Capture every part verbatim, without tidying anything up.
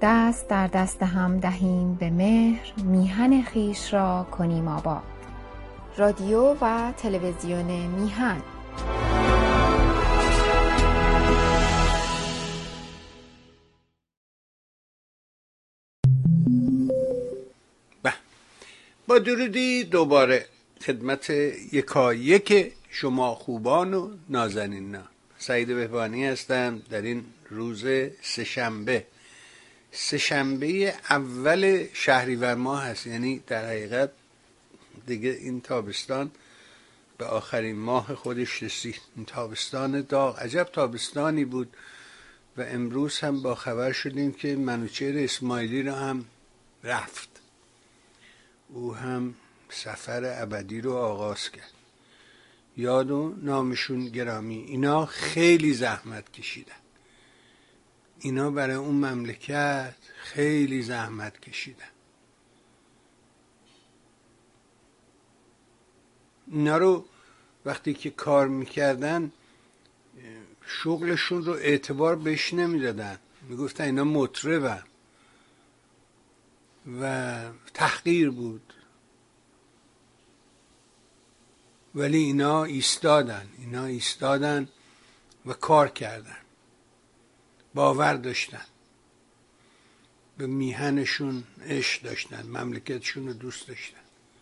دست در دست هم دهیم به مهر، میهن خویش را کنیم آباد. رادیو و تلویزیون میهن. با درودی دوباره خدمت یکایک شما خوبان و نازنینان. سعید بهبانی هستم در این روز سه‌شنبه سه‌شنبه اول شهریور ماه هست، یعنی در حقیقت دیگه این تابستان به آخرین ماه خودش رسید. این تابستان داغ، عجب تابستانی بود. و امروز هم با خبر شدیم که منوچهر اسماعیلی را هم رفت، او هم سفر ابدی رو آغاز کرد. یاد و نامشون گرامی. اینا خیلی زحمت کشیدن، اینا برای اون مملکت خیلی زحمت کشیدن. اینا رو وقتی که کار میکردن شغلشون رو اعتبار بهش نمیدادن، میگفتن اینا مطربن و تحقیر بود. ولی اینا ایستادن اینا ایستادن و کار کردن، باور داشتن، به میهنشون عشق داشتن، مملکتشون رو دوست داشتن.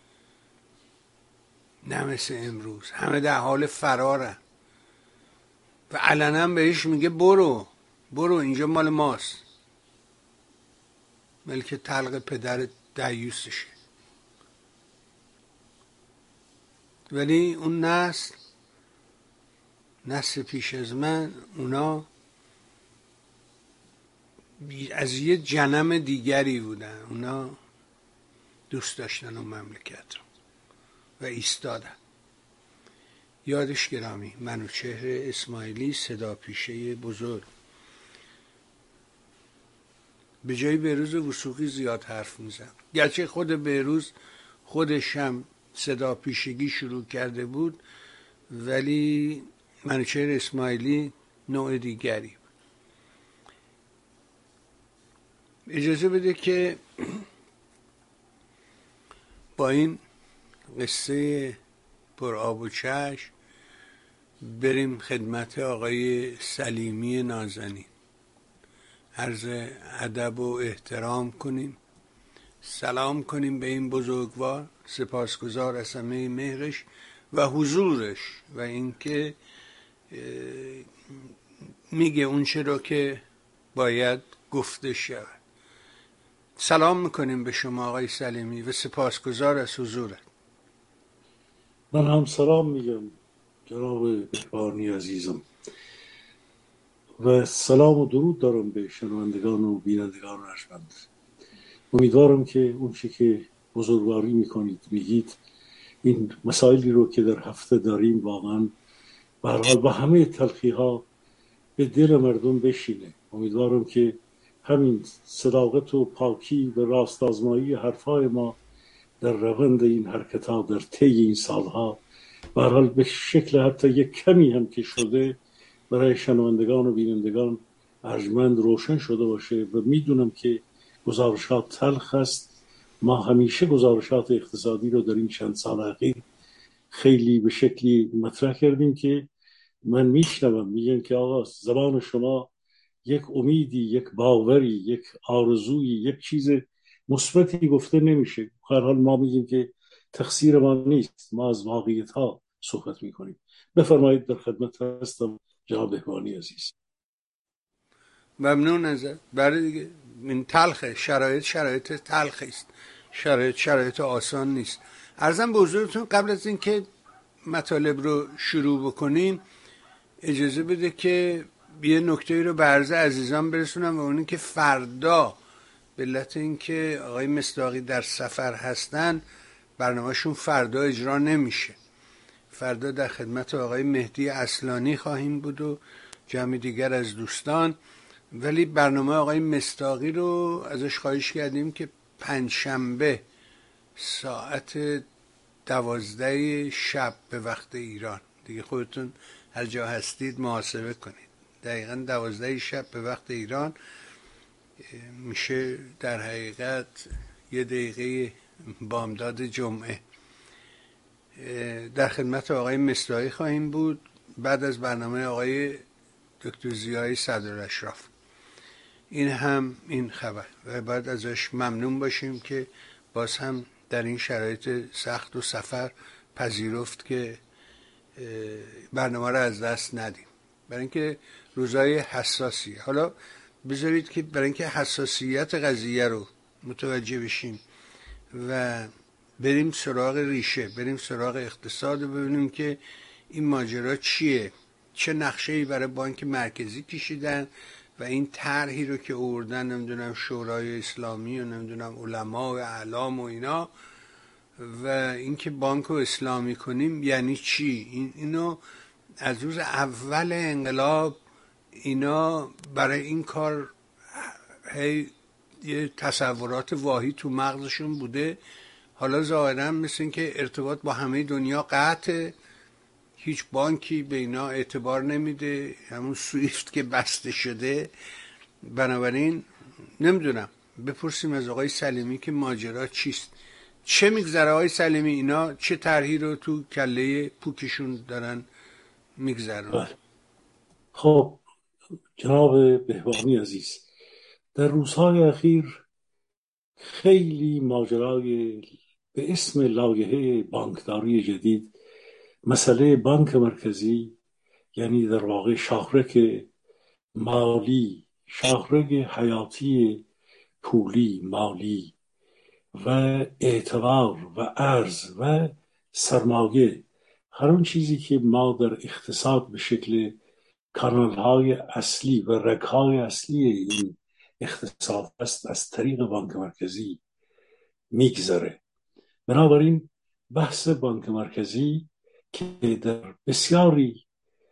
نه مثل امروز همه در حال فرارن و علنا بهش میگه برو برو اینجا مال ماست، ملک طلق پدر دیوسشه. ولی اون نسل نسل پیش از من، اونا از یه جنم دیگری بودن. اونا دوست داشتن اون مملکت رو و ایستادن. یادش گرامی. منوچهر اسماعیلی، صدا پیشه بزرگ. به جای بهروز وثوقی زیاد حرف میزن، گرچه خود بهروز خودش هم صدا پیشگی شروع کرده بود، ولی منوچهر اسماعیلی نوع دیگری. اجازه بده که با این قصه پر آب و چشم بریم خدمت آقای سلیمی نازنین، عرض ادب و احترام کنیم، سلام کنیم به این بزرگوار، سپاسگزار از همه مهرش و حضورش و اینکه میگه اون چه رو که باید گفته شود. سلام میکنیم به شما آقای سلیمی و سپاسگزار از حضورت. من هم سلام میگم جناب بهبانی عزیزم و سلام و درود دارم به شنوندگان و بینندگان ارجمند. امیدوارم که اون چی که بزرگواری میکنید میگید، این مسائلی رو که در هفته داریم واقعا به هر حال با همه تلخی ها به دل مردم بشینه. امیدوارم که همین صداقت و پاکی و راست آزمایی حرفای ما در روند این حرکت ها در طی این سالها به هر حال به شکل حتی یک کمی هم که شده برای شنوندگان و بینندگان ارجمند روشن شده باشه. و میدونم که گزارشات تلخ است. ما همیشه گزارشات اقتصادی رو در این چند سال اخیر خیلی به شکلی مطرح کردیم که من میشنوم میگن که آقا زبان شما یک امیدی، یک باوری، یک آرزویی، یک چیز مثبتی گفته نمیشه. هر حال ما میگیم که تقصیر ما نیست، ما از واقعیت ها صحبت میکنیم. بفرمایید، در خدمت هستم جناب بهبانی عزیز. ممنون ازت. برای دیگه این تلخه، شرایط شرایط تلخ است، شرایط شرایط آسان نیست. عرضم به حضورتون قبل از این که مطالب رو شروع بکنیم اجازه بده که یه نکته رو به عرض عزیزان برسونم، و اون که فردا به علت اینکه آقای مصداقی در سفر هستن برنامهشون فردا اجرا نمیشه. فردا در خدمت آقای مهدی اصلانی خواهیم بود و جمع دیگر از دوستان. ولی برنامه آقای مصداقی رو ازش خواهش کردیم که پنجشنبه ساعت دوازده شب به وقت ایران، دیگه خودتون هر جا هستید محاسبه کنید، دقیقا دوازده شب به وقت ایران میشه در حقیقت یه دقیقه بامداد جمعه. در خدمت آقای مصداقی خواهیم بود بعد از برنامه آقای دکتر ضیای صدرالاشراف. این هم این خبر و باید ازش ممنون باشیم که باز هم در این شرایط سخت و سفر پذیرفت که برنامه رو از دست ندیم، برای اینکه روزای حساسی. حالا بذارید که برای اینکه حساسیت قضیه رو متوجه بشیم و بریم سراغ ریشه، بریم سراغ اقتصاد و ببینیم که این ماجرا چیه، چه نقشه‌ای برای بانک مرکزی کشیدن و این طرحی رو که آوردن نمیدونم شورای اسلامی و نمیدونم علما و اعلام و اینا و اینکه بانک رو اسلامی کنیم یعنی چی. این اینو از روز اول انقلاب اینا برای این کار هی یه تصورات واهی تو مغزشون بوده. حالا ظاهرا مثل این که ارتباط با همه دنیا قطعه، هیچ بانکی به اینا اعتبار نمیده، همون سویفت که بسته شده. بنابراین نمیدونم، بپرسیم از آقای سلیمی که ماجرا چیست، چه میگذره آقای سلیمی، اینا چه طرحی رو تو کله پوکشون دارن میگذرن. خب جناب بهبانی عزیز، در روزهای اخیر خیلی ماجرای به اسم لایحه بانکداری جدید، مسئله بانک مرکزی، یعنی در واقع شاخرک مالی، شاخرک حیاتی پولی مالی و اعتبار و ارز و سرمایه، هر اون چیزی که ما در اقتصاد به شکل کانال‌های اصلی و رگ‌های اصلی این اقتصاد است از طریق بانک مرکزی میگذره. بنابراین بحث بانک مرکزی که در بسیاری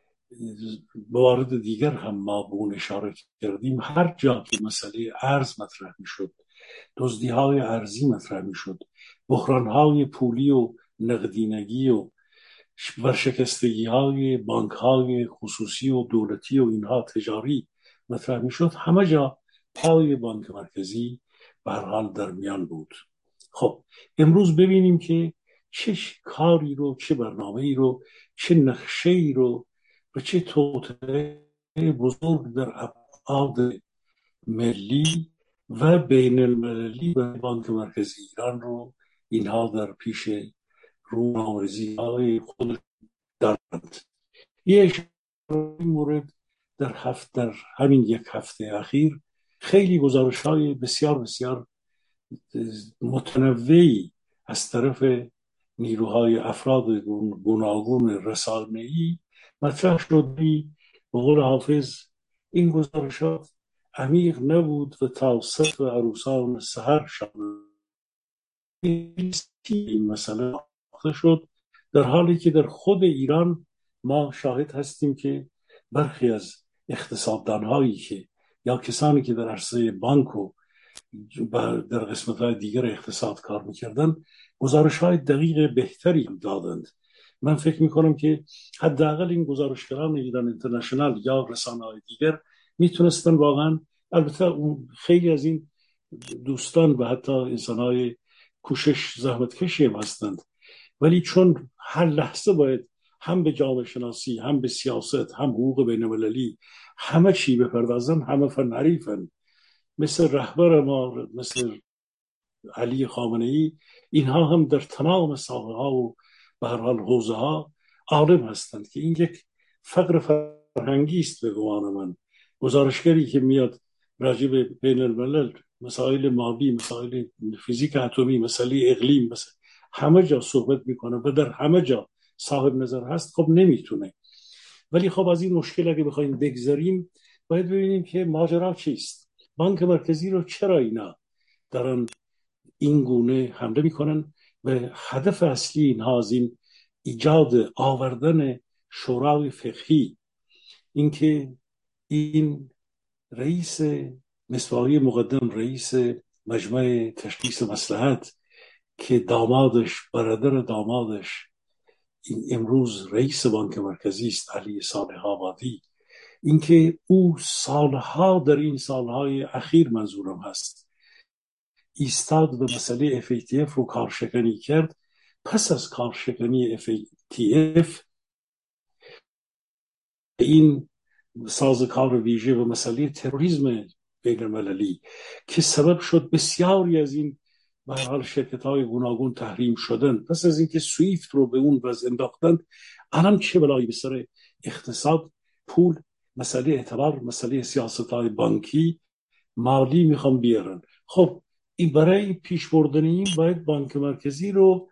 موارد دیگر هم ما به اون اشاره کردیم، هر جا که مسئله ارز مطرح میشد، دزدی‌های ارزی مطرح میشد، بحران‌های پولی و نقدینگی و ورشکستگی‌های بانک‌های خصوصی و دولتی و اینها تجاری مطرح میشد، همه جا پای بانک مرکزی به هر حال در میان بود. خب امروز ببینیم که چه کاری رو، چه برنامه‌ای رو، چه نقشه‌ای رو و چه توطئه بزرگ در ابعاد ملی و بین المللی و بانک مرکزی ایران رو اینها در پیش روزنامه‌ریزی های خود دارند. یک مورد در هفت در همین یک هفته اخیر خیلی گزارش های بسیار بسیار متنوعی از طرف نیروهای افراد گوناگون رسانه‌ای مطرح شد. به قول حافظ این گزارشات عمیق نبود و توسط و عروسان سحر شد. این مسئله شد در حالی که در خود ایران ما شاهد هستیم که برخی از اقتصاددان‌هایی که یا کسانی که در عرصه بانک و در قسمت‌های دیگر اقتصاد کار می‌کردن گزارش‌های دقیق بهتری هم دادند. من فکر می‌کنم که حداقل این گزارشگران ایران اینترنشنال یا رسانه‌های دیگر میتونستن واقعا، البته خیلی از این دوستان و حتی انسان‌های کوشش زحمتکشی هم هستند، ولی چون هر لحظه باید هم به جامعه شناسی، هم به سیاست، هم حقوق بین المللی همه چی بپردازن، همه فن حریفن، مثل رهبر ما مثل علی خامنه‌ای، اینها هم در تمام ساحه ها و به هر حال حوزه ها عالم هستند که این یک فقر فرهنگی است. به گمان من گزارشگری که میاد راجع به بین الملل، مسائل مالی، مسائل فیزیک اتمی، مسائل اقلیم، مثلا همه جا صحبت میکنه و در همه جا صاحب نظر هست، خب نمیتونه. ولی خب از این مشکل اگه بخوایم بگذریم باید ببینیم که ماجرا چیست. بانک مرکزی رو چرا اینا دارن این گونه حمله میکنن و هدف اصلی اینها از این ایجاد آوردن شورای فقهی، اینکه این رئیس مصباحی مقدم، رئیس مجمع تشخیص مصلحت که دامادش، برادر دامادش این امروز رئیس بانک مرکزی است، علی صالح آبادی، اینکه او سالها در این سالهای اخیر منظورم هست ایستاد و مسئله اف ای تی اف رو کارشکنی کرد. پس از کارشکنی اف ای تی اف این سازوکار ویژه و مسئله تروریسم بین المللی که سبب شد بسیاری از این به هر حال شرکت های گوناگون تحریم شدن، پس از اینکه سویفت رو به اون وضع انداختند، الان چه بلایی به سر اقتصاد، پول، مسئله اعتبار، مسئله سیاست های بانکی مالی میخوام بیارن. خب این برای پیش بردن این باید بانک مرکزی رو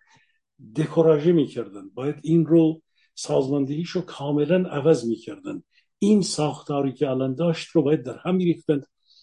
دکوراژه میکردن، باید این رو سازماندهیش رو کاملا عوض میکردن. این ساختاری که الان داشت رو باید در هم میریختند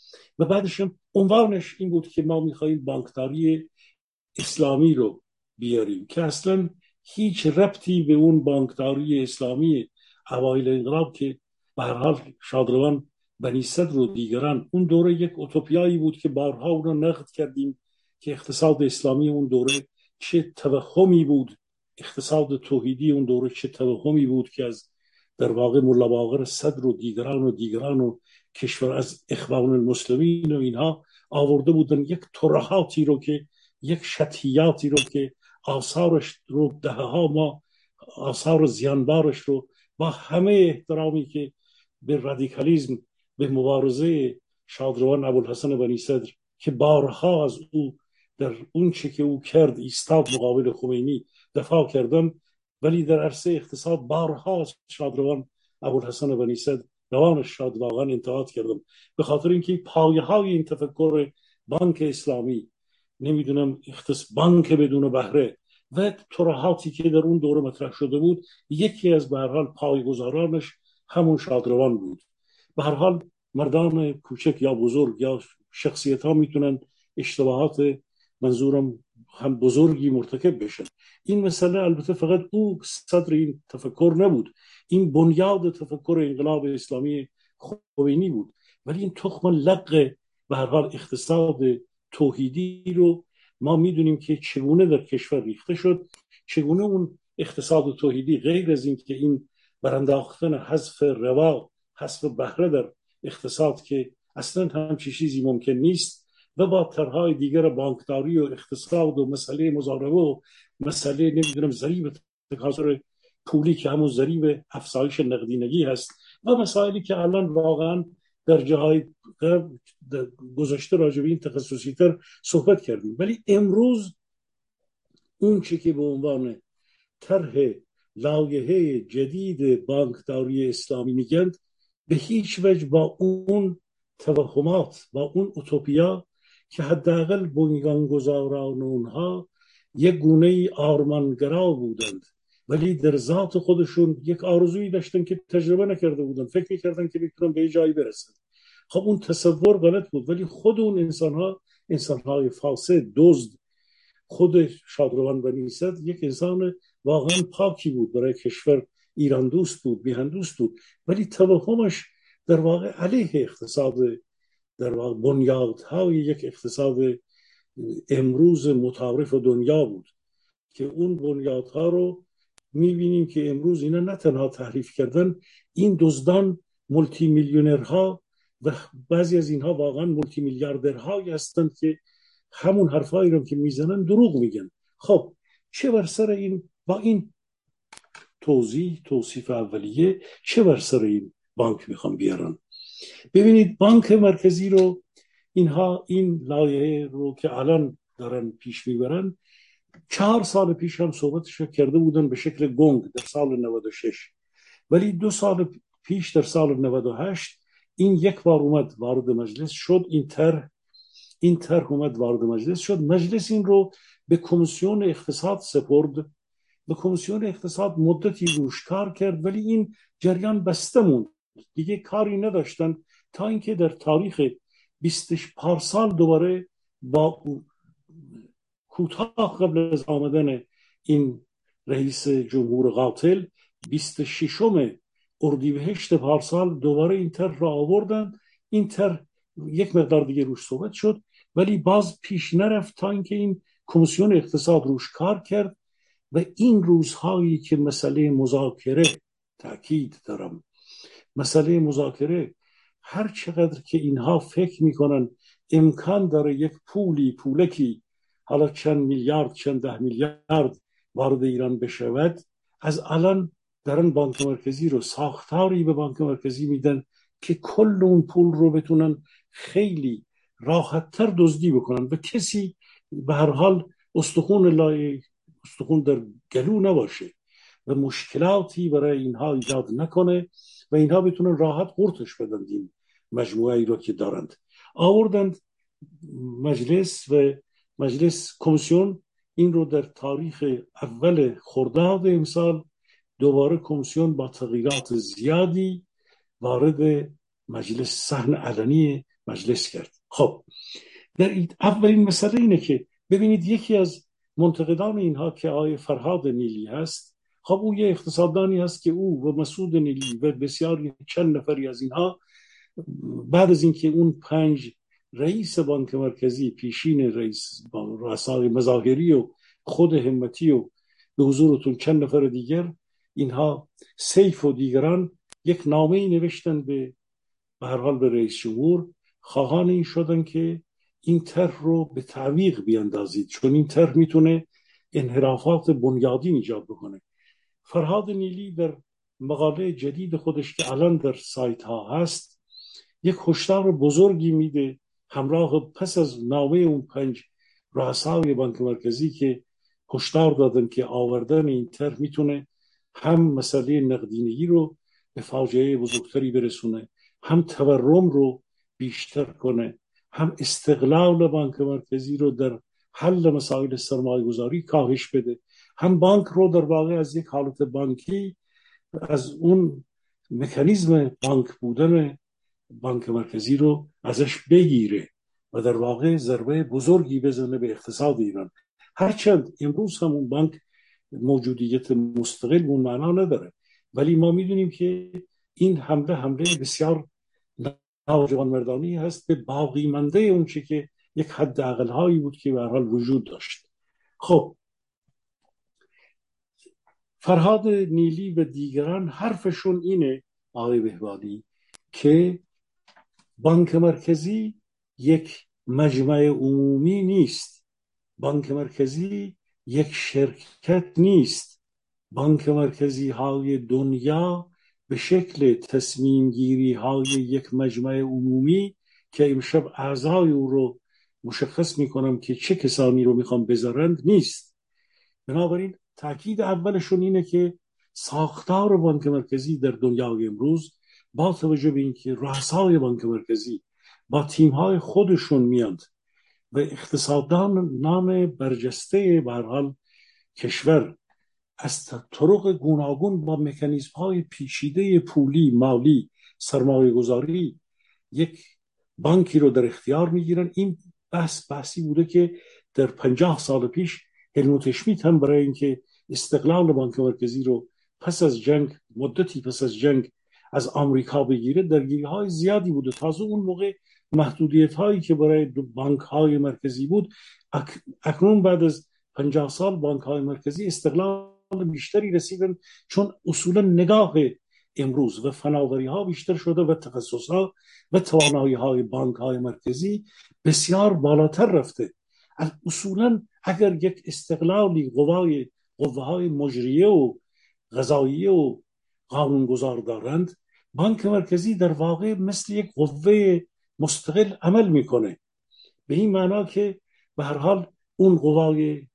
و بعدش هم عنوانش این بود که ما میخواییم بانکداری اسلامی رو بیاریم که اصلا هیچ ربطی به اون بانکداری اسلامی اوایل انقلاب که به هر حال شادروان بنی صدر و دیگران، اون دوره یک اوتوپیایی بود که بارها اون رو نقد کردیم که اقتصاد اسلامی اون دوره چه توهمی بود، اقتصاد توحیدی اون دوره چه توهمی بود که از در واقع ملا باقر صدر و دیگران و دیگران و کشور از اخوان المسلمین و اینها آورده بودن یک ترهاتی رو که یک شطحیاتی رو که آثارش رو دهه ها ما آثار زیانبارش رو با همه احترامی که به رادیکالیسم، به مبارزه شادروان ابوالحسن بنی صدر که بارها از او در اون چه که او کرد ایستاد مقابل خمینی دفاع کردن، ولی در عرصه اقتصاد بارها از شادروان ابوالحسن بنی صدر روانش شاد واقعا انتقاد کردم، به خاطر اینکه پایه های این تفکر بانک اسلامی، نمیدونم اختصاص بانک بدون بهره و ترهاتی که در اون دوره مطرح شده بود، یکی از به هر حال پایه‌گذارانش همون شادروان بود. به هر حال مردان کوچک یا بزرگ یا شخصیت ها میتونن اشتباهات، منظورم هم بزرگی مرتکب بشن. این مسئله البته فقط او صدر این تفکر نبود، این بنیاد تفکر انقلاب اسلامی خمینی بود، ولی این تخم لق به هر حال اقتصاد توحیدی رو ما میدونیم که چگونه در کشور ریخته شد، چگونه اون اقتصاد توحیدی غیر از این که این برانداختن حذف روا، حذف بهره در اقتصاد که اصلا همچی چیزی ممکن نیست، و با طرحهای دیگر بانکداری و اقتصاد و مسئله مضاربه و مسئله نمیدونم ضریب تکاثر پولی که همون ضریب افزایش نقدینگی هست و مسائلی که الان واقعا در جاهای گذشته راجع به این تخصصی تر صحبت کردیم. ولی امروز اون چی که به عنوان طرح لایحه جدید بانکداری اسلامی میگن به هیچ وجه با اون توهمات، با اون اوتوپیا که حداقل بنیانگذاران اونها یک گونه آرمانگرا بودند ولی در ذات خودشون یک آرزویی داشتن که تجربه نکرده بودن، فکر میکردن که میتونن به جایی برسن. خب اون تصور غلط بود، ولی خود اون انسانها، انسانهای فاسد، دزد، خود شادروان بنی صدر یک انسان واقعا پاکی بود، برای کشور ایران دوست بود، میهن دوست بود، ولی توهمش در واقع علیه اقتصاد، در واقع بنیادهای یک اقتصاد امروز متعارف دنیا بود که اون بنیادها رو میبینیم که امروز اینا نه تنها تحریف کردن، این دزدان مولتی میلیونرها و بعضی از اینها واقعا مولتی میلیاردرهایی هستند که همون حرفایی رو که میزنن دروغ میگن. خب چه بر سر این، با این توضیح توصیف اولیه، چه بر سر این بانک میخوام بیارن؟ ببینید بانک مرکزی رو اینها این لایحه رو که الان دارن پیش میبرن، چهار سال پیش هم صحبتش کرده بودن به شکل گنگ در سال نود و شش، ولی دو سال پیش در سال نود و هشت این یک بار اومد وارد مجلس شد، این طرح این طرح اومد وارد مجلس شد، مجلس این رو به کمیسیون اقتصاد سپرد، به کمیسیون اقتصاد مدتی روش کار کرد ولی این جریان بسته موند، دیگه کاری نداشتن تا اینکه در تاریخ بیست پارسال دوباره با کوتاه قبل از آمدن این رئیس جمهور قاتل بیست و ششم اردیبهشت پارسال دوباره این طرح را آوردن. این طرح یک مقدار دیگه روش صحبت شد ولی باز پیش نرفت تا اینکه این کمیسیون اقتصاد روش کار کرد و این روزهایی که مسئله مذاکره، تأکید دارم، مسئله مذاکره، هر چقدر که اینها فکر میکنن امکان داره یک پولی پولکی حالا چند میلیارد چند ده میلیارد وارد ایران بشود، از الان دارن بانک مرکزی رو ساختاری به بانک مرکزی میدن که کل اون پول رو بتونن خیلی راحتتر دزدی بکنن و کسی به هر حال استخون لای استخون در گلو نباشه و مشکلاتی برای اینها ایجاد نکنه و اینها بتونن راحت قورتش بدن این مجموعه ای رو که دارند. آوردند مجلس و مجلس کمیسیون این رو در تاریخ اول خرداد امسال دوباره کمیسیون با تغییرات زیادی وارد مجلس صحن علنی مجلس کرد. خب در اولین مسئله اینه که ببینید یکی از منتقدان اینها که آقای فرهاد نیلی هست، خب او یه اقتصاددانی هست که او و مسعود نیلی و بسیاری چند نفری از اینها بعد از اینکه اون پنج رئیس بانک مرکزی پیشین رئیس رؤسای مظاهری و خود همتی و به حضورتون چند نفر دیگر، اینها سیف و دیگران یک نامه‌ای نوشتن به به هر حال به رئیس جمهور، خواهان این شدن که این طرح رو به تعویق بیاندازید چون این طرح میتونه انحرافات بنیادین ایجاد بکنه. فرهاد نیلی در مقاله جدید خودش که الان در سایت ها هست یک هشدار بزرگی میده همراه پس از نامه اون پنج رؤسای بانک مرکزی که هشدار دادن که آوردن این طرح میتونه هم مسئله نقدینگی رو به فاجعه بزرگتری برسونه، هم تورم رو بیشتر کنه، هم استقلال بانک مرکزی رو در حل مسائل سرمایه گذاری کاهش بده، هم بانک رو در واقع از یک حالت بانکی از اون مکانیزم بانک بودن بانک مرکزی رو ازش بگیره و در واقع ضربه بزرگی بزنه به اقتصاد ایران. هرچند امروز هم اون بانک موجودیت مستقل اون معنا نداره، ولی ما میدونیم که این حمله حمله بسیار ناجوانمردانه هست به باقی مانده اون چه که یک حد اقل هایی بود که به هر حال وجود داشت. خب فرهاد نیلی و دیگران حرفشون اینه آقای بهبانی که بانک مرکزی یک مجمع عمومی نیست، بانک مرکزی یک شرکت نیست، بانک مرکزی های دنیا به شکل تصمیم گیری های یک مجمع عمومی که امشب اعضای او رو مشخص میکنم که چه کسانی رو میخوام بذارند نیست. بنابراین تاکید اولشون اینه که ساختار بانک مرکزی در دنیای امروز با توجه به اینکه رؤسای بانک مرکزی با تیم‌های خودشون میاد و اقتصاددانان برجسته به هر حال کشور از طرق گوناگون با مکانیزم‌های پیچیده پولی، مالی، سرمایه گذاری یک بانکی رو در اختیار میگیرن. این بحث بحثی بوده که در پنجاه سال پیش هلموت اشمیت هم برای اینکه استقلال بانک مرکزی رو پس از جنگ مدتی پس از جنگ از آمریکا بگیره درگیری‌های زیادی بوده. تازه اون موقع محدودیت‌هایی که برای بانک‌های مرکزی بود اک... اکنون بعد از پنجاه سال بانک‌های مرکزی استقلال بیشتری رسیدن چون اصولا نگاه امروز و فناوری‌ها بیشتر شده و تخصص‌ها و توانایی‌های بانک‌های مرکزی بسیار بالاتر رفته. اصولا اگر یک استقلالی قوای قوه‌های مجریه و قضاییه و قانونگذار دارند، بانک مرکزی در واقع مثل یک قوه مستقل عمل میکنه، به این معنا که به هر حال اون قوای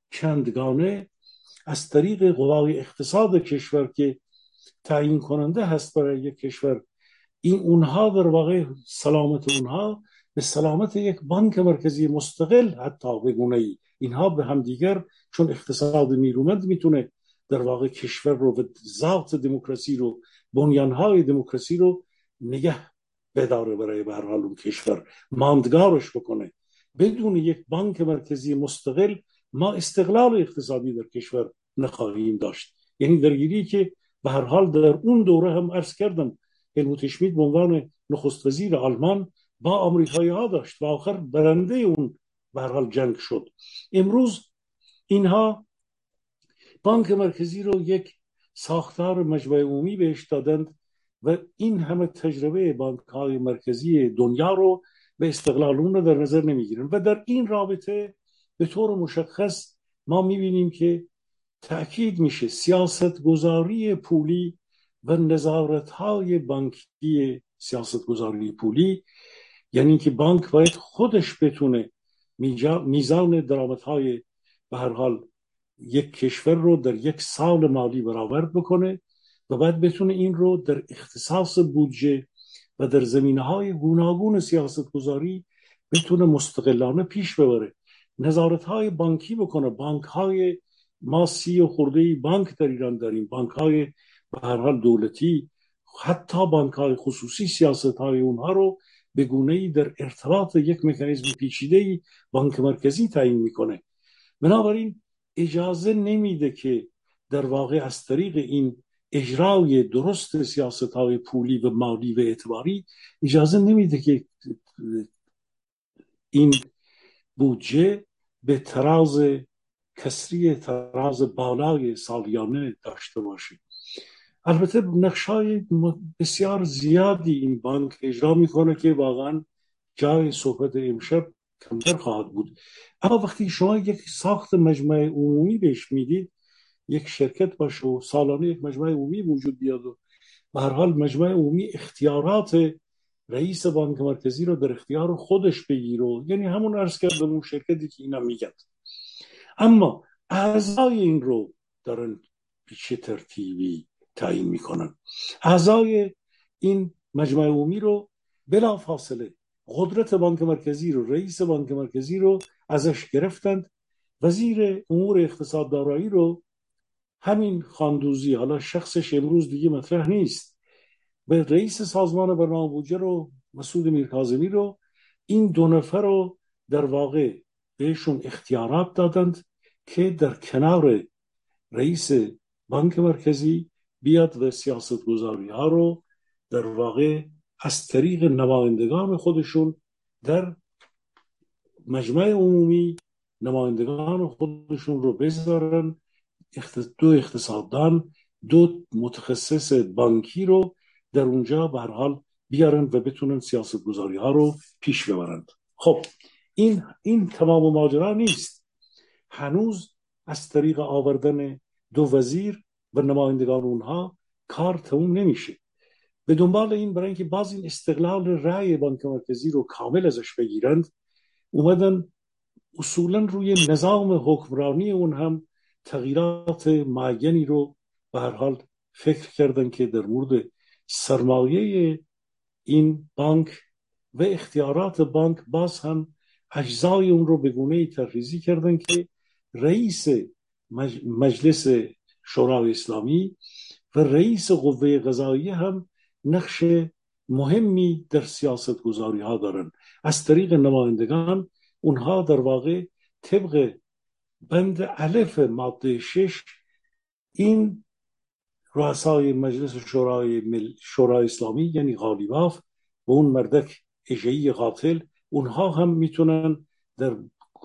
چندگانه از طریق قوای اقتصاد کشور که تعیین کننده هست برای یک کشور، این اونها در واقع سلامت اونها به سلامت یک بانک مرکزی مستقل حتی به گونه‌ای اینها به هم دیگر، چون اقتصاد نیرومند میتونه در واقع کشور رو و ذات دموکراسی رو، بنیانهای دموکراسی رو نگه بداره برای به هر حال اون کشور ماندگارش بکنه. بدون یک بانک مرکزی مستقل ما استقلال اقتصادی در کشور نخواهیم داشت. یعنی درگیری که به هر حال در اون دوره هم عرض کردم هلموت اشمیت به عنوان نخست وزیر آلمان با آمریکایی ها داشت و آخر برنده اون به هر حال جنگ شد. امروز اینها بانک مرکزی رو یک ساختار مجمع عمومی بهش دادند و این همه تجربه بانک‌های مرکزی دنیا رو به استقلال اون رو در نظر نمیگیرن و در این رابطه به طور مشخص ما میبینیم که تأکید میشه سیاست گذاری پولی و نظارت های بانکی سیاست گذاری پولی، یعنی که بانک باید خودش بتونه میزان درآمدهای به هر حال یک کشور رو در یک سال مالی برآورد بکنه و بعد بتونه این رو در اختصاص بودجه و در زمینه‌های گوناگون سیاست گذاری بتونه مستقلانه پیش ببره، نظارت‌های بانکی بکنه. بانک‌های ما سی و خورده بانک در ایران داریم، بانک‌های به هر حال دولتی، حتی بانک‌های خصوصی سیاست‌های اونها رو به گونه‌ای در ارتباط یک مکانیزم پیچیده‌ای بانک مرکزی تعیین میکنه. بنابراین اجازه نمیده که در واقع از طریق این اجرای درست سیاست‌های پولی و مالی و اعتباری اجازه نمیده که این بودجه به تراز کسری تراز بالای سالیانه داشته باشه. البته نقشای بسیار زیادی این بانک اجرا میکنه که واقعا جای صحبت امشب کمتر خواهد بود، اما وقتی شما یک ساخت مجمع عمومی بهش میدید، یک شرکت باشه و سالانه یک مجمع عمومی وجود بیاد و به هر حال مجمع عمومی اختیارات رئیس بانک مرکزی رو در اختیار خودش بگیره، یعنی همون عرض کردم اون شرکتی که اینا میگن، اما اعضای این رو دارن چه ترتیبی تعیین میکنن. اعضای این مجمع عمومی رو بلا فاصله قدرت بانک مرکزی رو، رئیس بانک مرکزی رو ازش گرفتند. وزیر امور اقتصاد دارایی رو همین خاندوزی، حالا شخصش امروز دیگه مطرح نیست، به رئیس سازمان برنامه بودجه رو مسعود میرکاظمی رو، این دو نفر رو در واقع بهشون اختیارات دادند که در کنار رئیس بانک مرکزی بیاد و سیاست گذاری ها رو در واقع از طریق نمایندگان خودشون در مجمع عمومی نمایندگان خودشون رو بذارن، دو اقتصاددان، دو متخصص بانکی رو در اونجا به هر حال بیارن و بتونن سیاست گذاری ها رو پیش ببرند. خب این این تمام ماجرا نیست، هنوز از طریق آوردن دو وزیر و نمایندگان اونها کار تموم نمیشه. به دنبال این برای اینکه باز این استقلال رأی بانک مرکزی رو کامل ازش بگیرند، اومدن اصولا روی نظام حکمرانی اون هم تغییرات معینی رو به هر حال فکر کردن که در مورد سرمایه این بانک و اختیارات بانک باز هم اجزای اون رو به گونه‌ای تفریزی کردن که رئیس مجلس شورای اسلامی و رئیس قوه قضاییه هم نقش مهمی در سیاست گذاری ها دارن. از طریق نمایندگان اونها در واقع طبق بند الف ماده شش این رؤسای مجلس شورای مل... شورای اسلامی یعنی غالیباف و اون مردک اژه‌ای قاتل، اونها هم میتونن در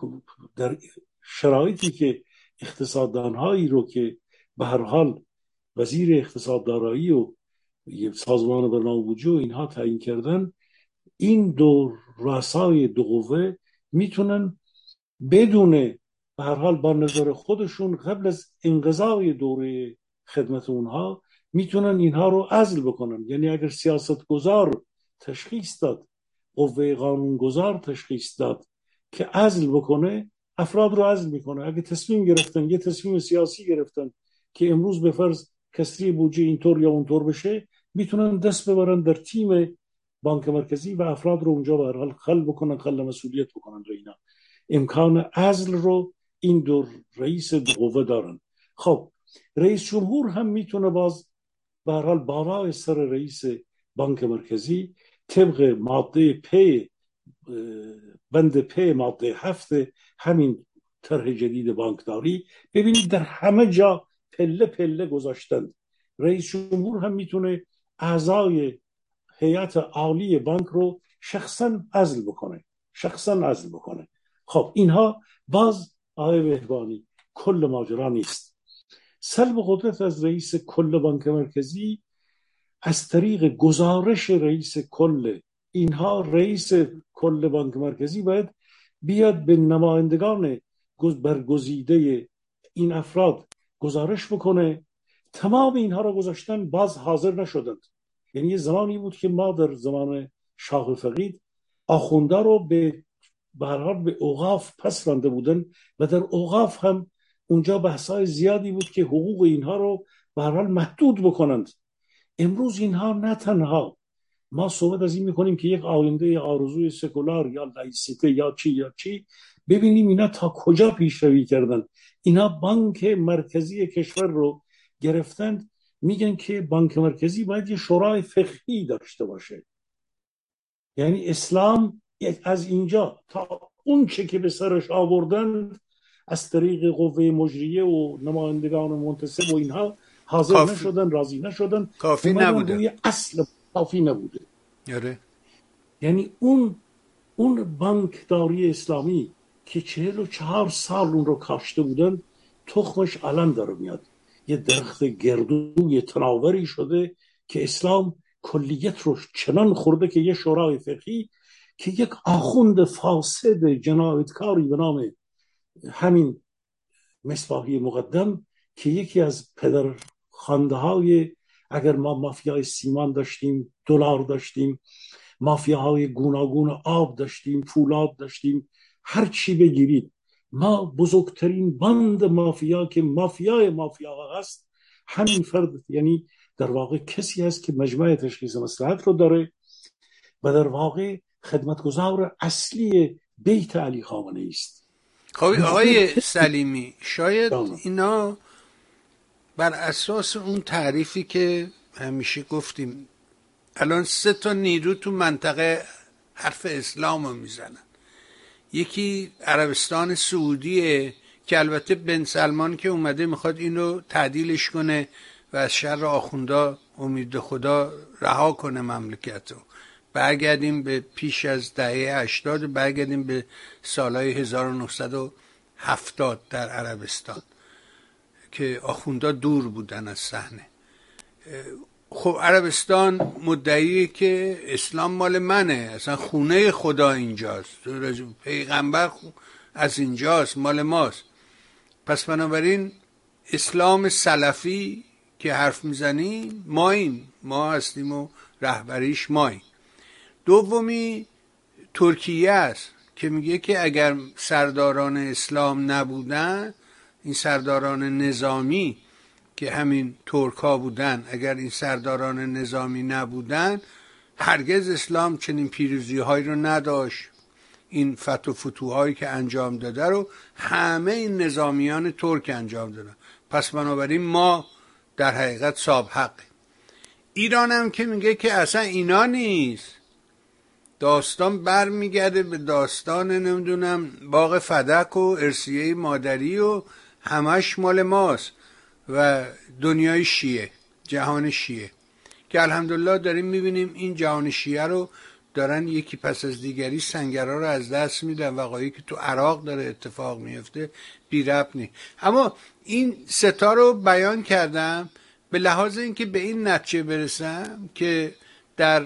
در شرایطی که اقتصاددانهایی رو که به هر حال وزیر اقتصاد دارایی و سازمان برنامه بودجه و اینها تعیین کردن، این دو رؤسای دو قوه میتونن بدون به هر حال با نظر خودشون قبل از انقضای دوره خدمت اونها میتونن اینها رو عزل بکنن. یعنی اگر سیاست گذار تشخیص داد، قوه قانون گذار تشخیص داد که عزل بکنه، افراد رو عزل میکنه. اگه تصمیم گرفتن، یه تصمیم سیاسی گرفتن که امروز به فرض کسری بودجه اینطور یا اونطور بشه، میتونن دست ببرن در تیم بانک مرکزی و افراد رو اونجا به هر حال خل بکنن، خل مسئولیت بکنن و اینا. امکان عزل رو این دو رئیس دو قوه دارن. خب رئیس جمهور هم میتونه باز به هر حال بالای سر رئیس بانک مرکزی طبق ماده پ بند پ ماده هفت همین طرح جدید بانکداری، ببینید در همه جا پله پله گذاشتن. رئیس جمهور هم میتونه اعضای هیئت عالی بانک رو شخصا عزل بکنه، شخصا عزل بکنه. خب اینها باز آقای بهبانی کل ماجرا نیست. سلب قدرت از رئیس کل بانک مرکزی از طریق گزارش رئیس کل اینها، رئیس کل بانک مرکزی باید بیاد به نمایندگان برگزیده این افراد گزارش بکنه. تمام اینها را گذاشتن، باز حاضر نشدند. یعنی یه زمانی بود که ما در زمان شاه فقید آخونده رو به به هر حال به اوقاف پس رانده بودن و در اوقاف هم اونجا بحثای زیادی بود که حقوق اینها رو به هر حال محدود بکنند. امروز اینها نه تنها ما صحبت از این میکنیم که یک آینده آرزوی سکولار یا لایسیته یا چی یا چی، ببینیم اینا تا کجا پیشروی کردن. اینا بانک مرکزی کشور رو گرفتند، میگن که بانک مرکزی باید یه شورای فقهی داشته باشه. یعنی اسلام از اینجا تا اون چه که به سرش آوردن از طریق قوه مجریه و نمایندگان منتصب و اینها حاضر کافی. نشدن، راضی نشدن، کافی نبوده، روی اصل کافی نبوده. یاره. یعنی اون اون بانکداری اسلامی که چهل و چهار سال اون رو کاشته بودن، تخمش الان داره میاد. یه درخت گردوی تناوری شده که اسلام کلیت رو چنان خورده که یه شورای فقهی که یک آخوند فاسد جنایتکاری به نام همین مصباحی مقدم که یکی از پدر خانده های، اگر ما مافیای سیمان داشتیم، دلار داشتیم، مافیاهای گوناگون آب داشتیم، فولاد داشتیم، هر چی بگیرید، ما بزرگترین بند مافیا که مافیای مافیا هست همین فرد، یعنی در واقع کسی هست که مجمع تشخیص مصلحت رو داره و در واقع خدمتگزار اصلی بیت علی خامنه‌ای است. خب آقای سلیمی، شاید اینا بر اساس اون تعریفی که همیشه گفتیم، الان سه تا نیرو تو منطقه حرف اسلام رو میزنن. یکی عربستان سعودیه که البته بن سلمان که اومده میخواد اینو تعدیلش کنه و از شر آخوندا امید خدا رها کنه مملکت رو. برگردیم به پیش از دهه هشتاد، برگردیم به سالهای هزار و نهصد و هفتاد در عربستان که آخوندا دور بودن از صحنه. خب عربستان مدعیه که اسلام مال منه، اصلا خونه خدا اینجاست، پیغمبر از اینجاست، مال ماست. پس بنابراین اسلام سلفی که حرف میزنیم ما این ما هستیم و رهبریش ماییم. دومی ترکیه است که میگه که اگر سرداران اسلام نبودن، این سرداران نظامی که همین ترک ها بودن، اگر این سرداران نظامی نبودن هرگز اسلام چنین پیروزی هایی رو نداشت. این فتح و فتوحایی که انجام داده رو همه این نظامیان ترک انجام دادن. پس بنابراین ما در حقیقت صاحب حقیم. ایران هم که میگه که اصلا اینا نیست، داستان بر میگرده به داستان نمیدونم باغ فدک و ارسیه مادری و همش مال ماست و دنیای شیعه، جهان شیعه، که الحمدلله داریم میبینیم این جهان شیعه رو دارن یکی پس از دیگری سنگرها رو از دست میدن. وقایعی که تو عراق داره اتفاق میفته بی ربط نیست. اما این ستا رو بیان کردم به لحاظ اینکه به این نتیجه برسم که در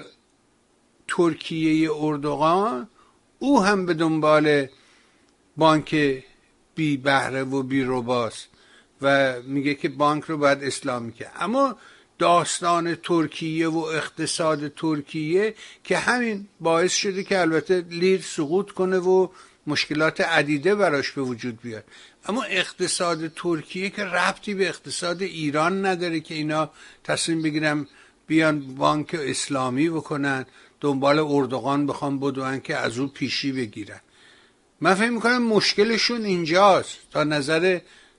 ترکیه اردوغان او هم به دنبال بانک بی بهره و بی رباست و میگه که بانک رو باید اسلامی کرد. اما داستان ترکیه و اقتصاد ترکیه که همین باعث شده که البته لیر سقوط کنه و مشکلات عدیده براش به وجود بیاد. اما اقتصاد ترکیه که ربطی به اقتصاد ایران نداره که اینا تصمیم بگیرن بیان بانک اسلامی بکنن، دنبال اردوغان بخوان بدون که از او پیشی بگیرن. من فکر میکنم مشکلشون اینجاست. تا نظر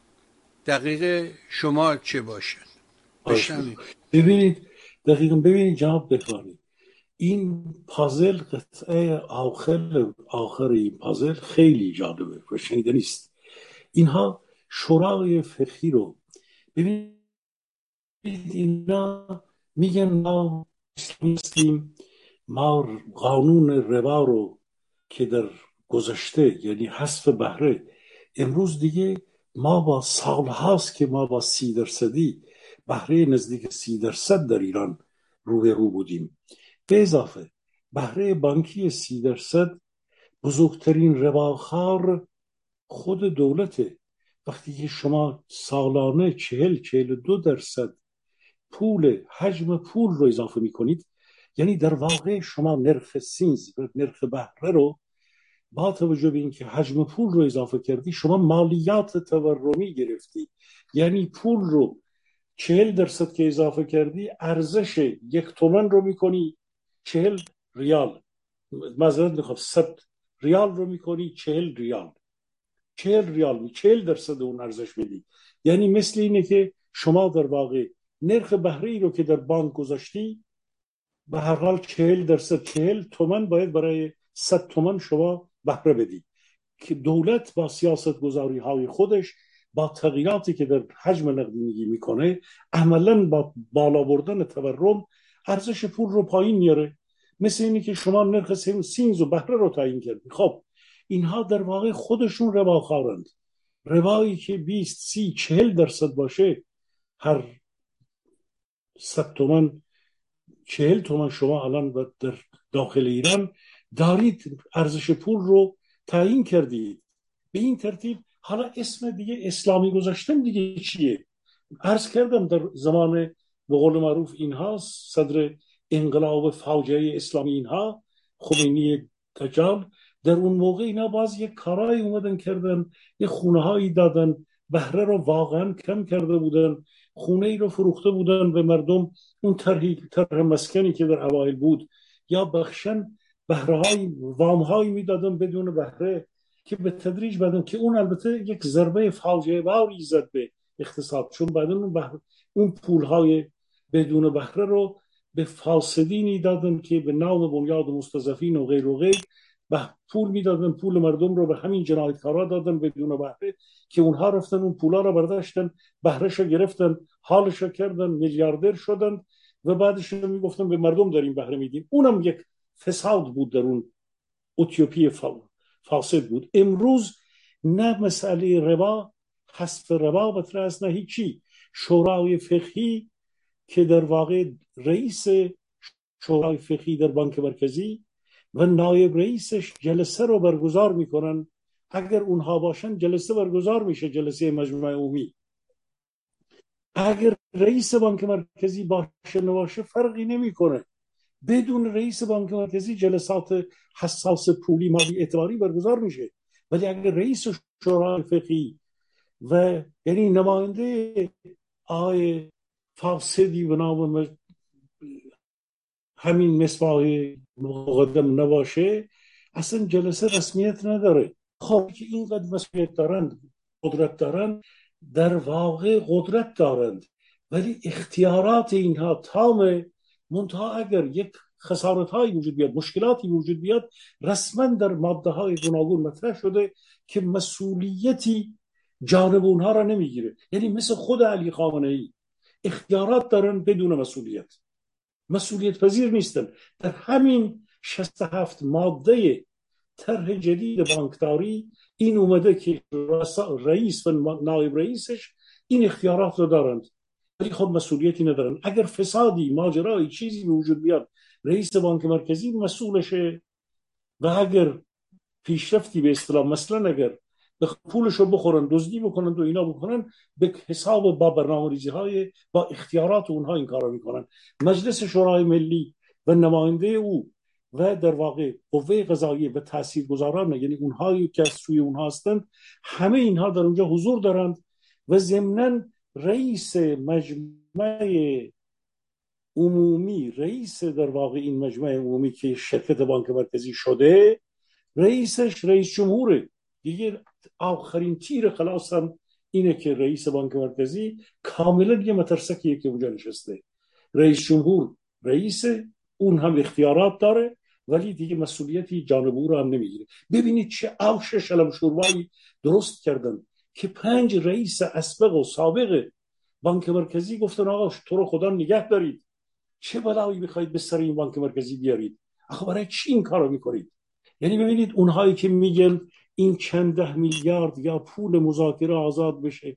دقیق شما چه باشه؟ ببینید دقیقا ببینید جناب بفرمایید، این پازل قطعه آخر آخر این پازل خیلی جالبه و شنیده نیست. اینها شورای فقهی رو ببینید، اینا میگن ما اسلامیم، ما قانون ربا رو که در گذشته یعنی حذف بهره، امروز دیگه ما با سال هاست که ما با سی درصدی بهره نزدیک سی درصد در ایران رو به رو بودیم. به اضافه بهره بانکی سی درصد بزرگترین رباخوار خود دولته. وقتی که شما سالانه چهل چهل و دو درصد پول حجم پول رو اضافه می کنید، یعنی در واقع شما نرخ سینز نرخ بهره رو با توجه به اینکه حجم پول رو اضافه کردی شما مالیات تورمی گرفتی. یعنی پول رو چهل درصد که اضافه کردی ارزش یک تومن رو میکنی چهل ریال، معذرت میخوام صد ریال رو میکنی چهل ریال، چهل ریال چهل درصد اون ارزش میدی. یعنی مثل اینه که شما در واقع نرخ بهره رو که در بانک گذاشتی به هر حال چهل درصد چهل تومن باید برای صد تومن شما بهره بدی. که دولت با سیاست گذاری های خودش با تغییراتی که در حجم نقدینگی میکنه عملا با بالا بردن تورم ارزش پول رو پایین میاره. مثل اینی که شما نرخ سینز و بهره رو تعیین کردی. خب اینها در واقع خودشون رباخوارند. ربایی که بیست سی چهل درصد باشه، هر صد تومن چهل تومن شما الان در داخل ایران دارید ارزش پول رو تعیین کردید. به این ترتیب حالا اسم دیگه اسلامی گذاشتن دیگه چیه؟ عرض کردم در زمان به قول معروف اینها صدر انقلاب فاجعه اسلامی اینها خمینی دجال، در اون موقع اینا باز یک کارایی اومدن کردن، یک خونه هایی دادن، بهره رو واقعا کم کرده بودن، خونه ای رو فروخته بودن به مردم. اون طرح طرح مسکنی که در اوایل بود یا بخشن بهره های وام هایی میدادن بدون بهره که به تدریج بعدن که اون البته یک ضربه فاجعه باری زد به اقتصاد، چون بعدن اون, بحر... اون پول های بدون بهره رو به فاسدینی دادن که به نام بنیاد مستضعفین و غیر و غیر به پول میدادن، پول مردم رو به همین جنایتکارا دادن بدون بهره که اونها رفتن اون پولا رو برداشتن، بهرهشو گرفتن، حالشو کردن، میلیاردر شدن و بعدش میگفتن به مردم داریم بهره میدیم. اونم یک فساد بود در اون اتیوپی فاسد بود. امروز نه مسئله ربا، حذف ربا مطرح است، نه هیچی. شورای فقهی که در واقع رئیس شورای فقهی در بانک مرکزی و نایب رئیسش جلسه رو برگزار میکنن. اگر اونها باشن جلسه برگزار میشه، جلسه مجمع عمومی. اگر رئیس بانک مرکزی باشه نباشه فرقی نمیکنه. بدون رئیس بانک مرکزی جلسات حساس پولی مالی اعتباری برگزار میشه. ولی اگر رئیس شورای فقهی و یعنی نماینده آقای فاسدی و نام همین مصباح مقدم نباشه اصلا جلسه رسمیت نداره. خب که اینقدر مسئولیت دارند، قدرت دارند، در واقع قدرت دارند ولی اختیارات اینها تامه. منتها اگر یک خسارت هایی وجود بیاد، مشکلاتی وجود بیاد، رسما در ماده های گوناگون مطرح شده که مسئولیتی جانب اونها را نمیگیره. یعنی مثل خود علی خامنه ای اختیارات دارن بدون مسئولیت، مسئولیت پذیر نیستن. در همین شصت و هفت ماده طرح جدید بانکداری این اومده که رئیس و نایب رئیسش این اختیارات رو دارند ولی خب مسئولیتی ندارن. اگر فسادی، ماجرایی، چیزی به وجود بیاد رئیس بانک مرکزی مسئولشه و اگر پیشرفتی به اصطلاح مثلا اگر پولشو بخورن، دزدی بکنن و اینا بکنن، به حساب با برنامه‌ریزی های با اختیارات اونها این کارو میکنن. مجلس شورای ملی و نماینده او و در واقع قوه قضاییه و تاثیرگذاران، یعنی اونهایی که از سوی اونها هستند، همه اینها در اونجا حضور دارند و ضمناً رئیس مجمع عمومی، رئیس در واقع این مجمع عمومی که شرکت بانک مرکزی شده، رئیسش رئیس جمهوره دیگه. آخرین تیر خلاص هم اینه که رئیس بانک مرکزی کاملا یه مترسکیه که اونجا نشسته. رئیس جمهور رئیس، اون هم اختیارات داره ولی دیگه مسئولیتی جانب او رو هم نمیگیره. ببینید چه آوش شلم شوروایی درست کردن که پنج رئیس اسبق و سابق بانک مرکزی گفتن آقا تو رو خدا نگه دارید، چه بلایی میخواید به سر این بانک مرکزی بیارید؟ آخه برای چی این کارو میکنید؟ یعنی ببینید اونهایی که میگن این چند ده میلیارد یا پول مذاکره آزاد بشه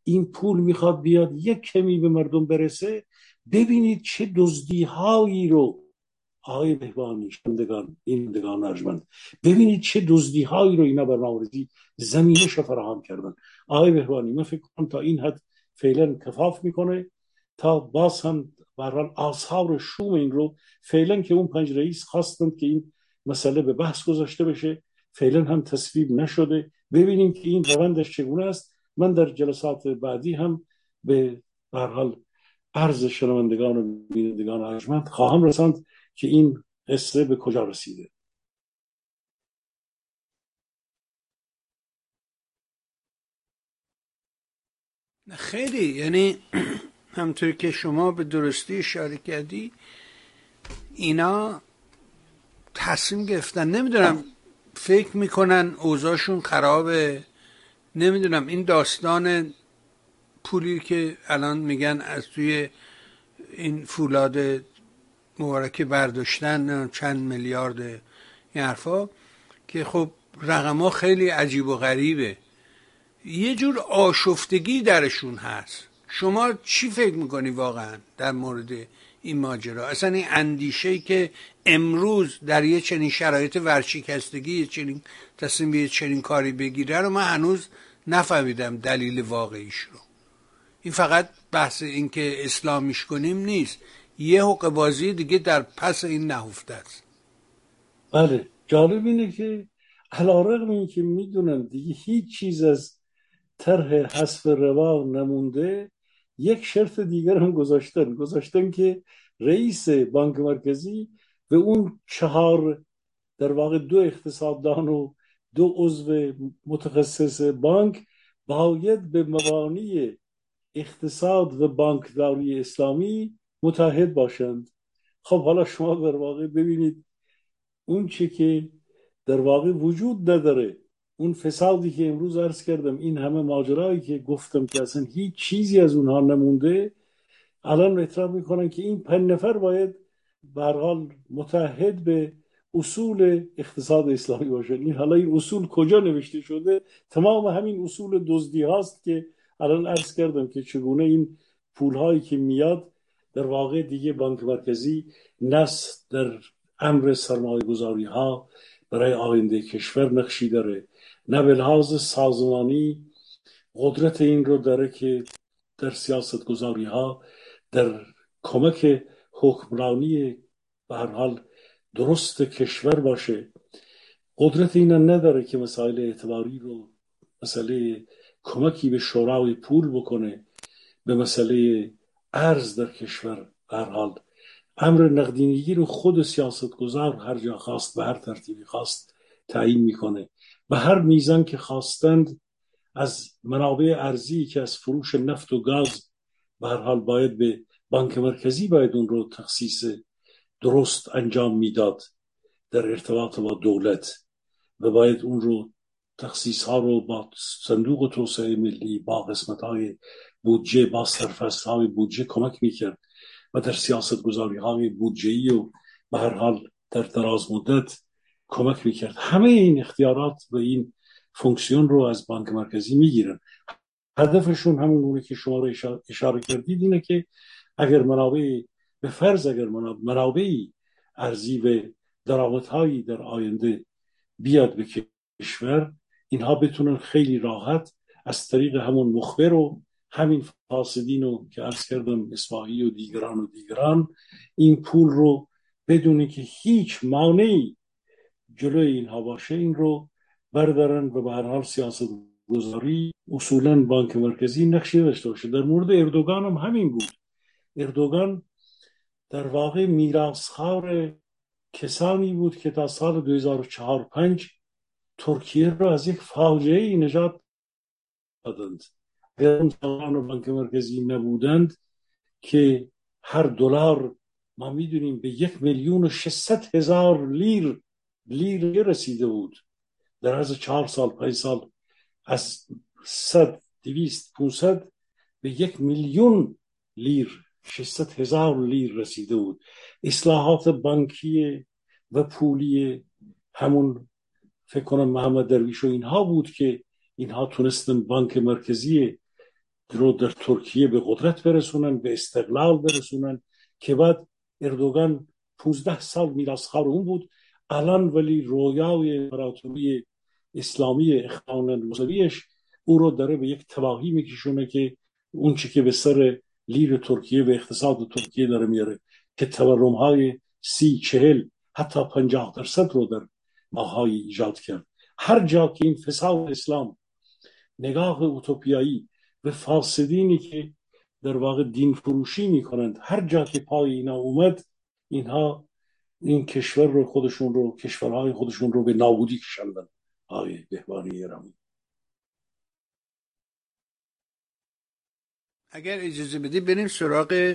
این پول میخواد بیاد یک کمی به مردم برسه، ببینید چه دزدی هایی رو آقای بهبانی، شنوندگان، بینندگان ارجمند، ببینید چه دزدی هایی رو اینا برنامه‌ریزی زمینش رو فراهم کردن. آقای بهبانی من فکر کنم تا این حد فعلا کفاف میکنه، تا باز هم برحال آثار شوم این رو فعلا که اون پنج رئیس خواستند که این مسئله به بحث گذاشته بشه، فعلا هم تصویب نشده. ببینیم که این روندش چگونه است. من در جلسات بعدی هم به برحال عرض شنوندگان و بینندگان ارجمند خواهم رساند که این قصه به کجا رسیده. خیلی، یعنی همطور که شما به درستی اشاره کردی اینا تصمیم گرفتن، نمیدونم فکر میکنن اوضاعشون خرابه، نمیدونم این داستان پولی که الان میگن از توی این فولاد مبارکه برداشتن چند میلیارد این حرفا، که خب رقم ها خیلی عجیب و غریبه، یه جور آشفتگی درشون هست. شما چی فکر میکنی واقعا در مورد این ماجرا؟ اصلا این اندیشه‌ای که امروز در یه چنین شرایط ورشکستگی یه چنین تصمیم یه چنین کاری بگیره رو من هنوز نفهمیدم دلیل واقعیش رو. این فقط بحث این که اسلامیش کنیم نیست، یه حقوق بازی دیگه در پس این نهفته است. بله، جالب اینه که علی‌رغم این که میدونن دیگه هیچ چیز از طرح حذف روا نمونده، یک شرط دیگر هم گذاشتن گذاشتن که رئیس بانک مرکزی به اون چهار در واقع دو اقتصاددان و دو عضو متخصص بانک باید به مبانی اقتصاد و بانکداری اسلامی متحد باشند. خب حالا شما در واقع ببینید اون چی که در واقع وجود نداره، اون فسادی که امروز عرض کردم، این همه ماجرایی که گفتم که اصلا هیچ چیزی از اونها نمونده، الان اعتراف میکنن که این پنج نفر باید به هر حال متحد به اصول اقتصاد اسلامی باشن. این حالا این اصول کجا نوشته شده؟ تمام همین اصول دزدی هاست که الان عرض کردم که چگونه این پول هایی که میاد در واقع دیگه بانک مرکزی نس در امر سرمایه گذاری ها برای آینده کشور نقشی داره، نه به لحاظ سازمانی قدرت این رو داره که در سیاست گذاری ها در کمک حکمرانی به هر حال درست کشور باشه. قدرت این نداره که مسائل اعتباری رو، مسئله کمکی به شورای پول بکنه، به مسئله ارز در کشور به هر حال امر نقدینگی رو خود سیاست گذار هر جا خواست به هر ترتیبی خواست تعیین میکنه. به هر میزان که خواستند از منابع ارزی که از فروش نفت و گاز به هر حال باید به بانک مرکزی باید اون رو تخصیص درست انجام میداد در ارتباط با دولت، و باید اون رو تخصیص ها رو با صندوق توسعه ملی، با قسمت های بودجه، با سرفصل های بودجه کمک میکرد و در سیاست گذاری های بودجه‌ای و به هر حال در دراز مدت کمک میکرد. همه این اختیارات و این فونکسیون رو از بانک مرکزی میگیرن. هدفشون همون گونه که شما رو اشاره کردید اینه که اگر منابع به فرض اگر منابعی ارزی و درآمدهایی در آینده بیاد به کشور، اینها بتونن خیلی راحت از طریق همون مخبر و همین فاسدین رو که عرض کردم اصفاهی و دیگران و دیگران این پول رو بدونی که هیچ مانعی جلوی اینها باشه این رو بردارن و به هر حال سیاست گذاری اصولا بانک مرکزی نقشی داشته باشه. در مورد اردوغان هم همین بود. اردوغان در واقع میراث‌خوار کسانی بود که تا سال دو هزار و چهار پنج ترکیه رو از یک فاجعه نجات دادند. اگر اون سالان بانک مرکزی نبودند که هر دلار ما میدونیم به یک میلیون و ششصد هزار لیر لیر رسیده بود در از چهار سال پنج سال، از صد دویست پونصد به یک میلیون لیر ششصد هزار لیر رسیده بود. اصلاحات بانکی و پولی همون فکر کنم محمد درویش و اینها بود که اینها تونستن بانک مرکزی رو در ترکیه به قدرت برسونن، به استقلال برسونن، که بعد اردوغان پونزده سال میراث‌خوار اون بود. الان ولی رویای امپراتوری اسلامی اخوان موسویش او رو داره به یک تباهی میکشونه که اون چی که به سر لیر ترکیه و اقتصاد ترکیه داره میاره، که تورم های سی چهل حتی پنجاه درصد رو در ماهای ایجاد کرد. هر جا که این فساد اسلام، نگاه اوتوپیایی و فاسدینی که در واقع دین فروشی میکنند، هر جا که پای اینا اومد، اینها این کشور رو خودشون رو کشورهای خودشون رو به نابودی کشاندن. آقای بهبانی گرامی، اگر اجازه بدی بریم سراغ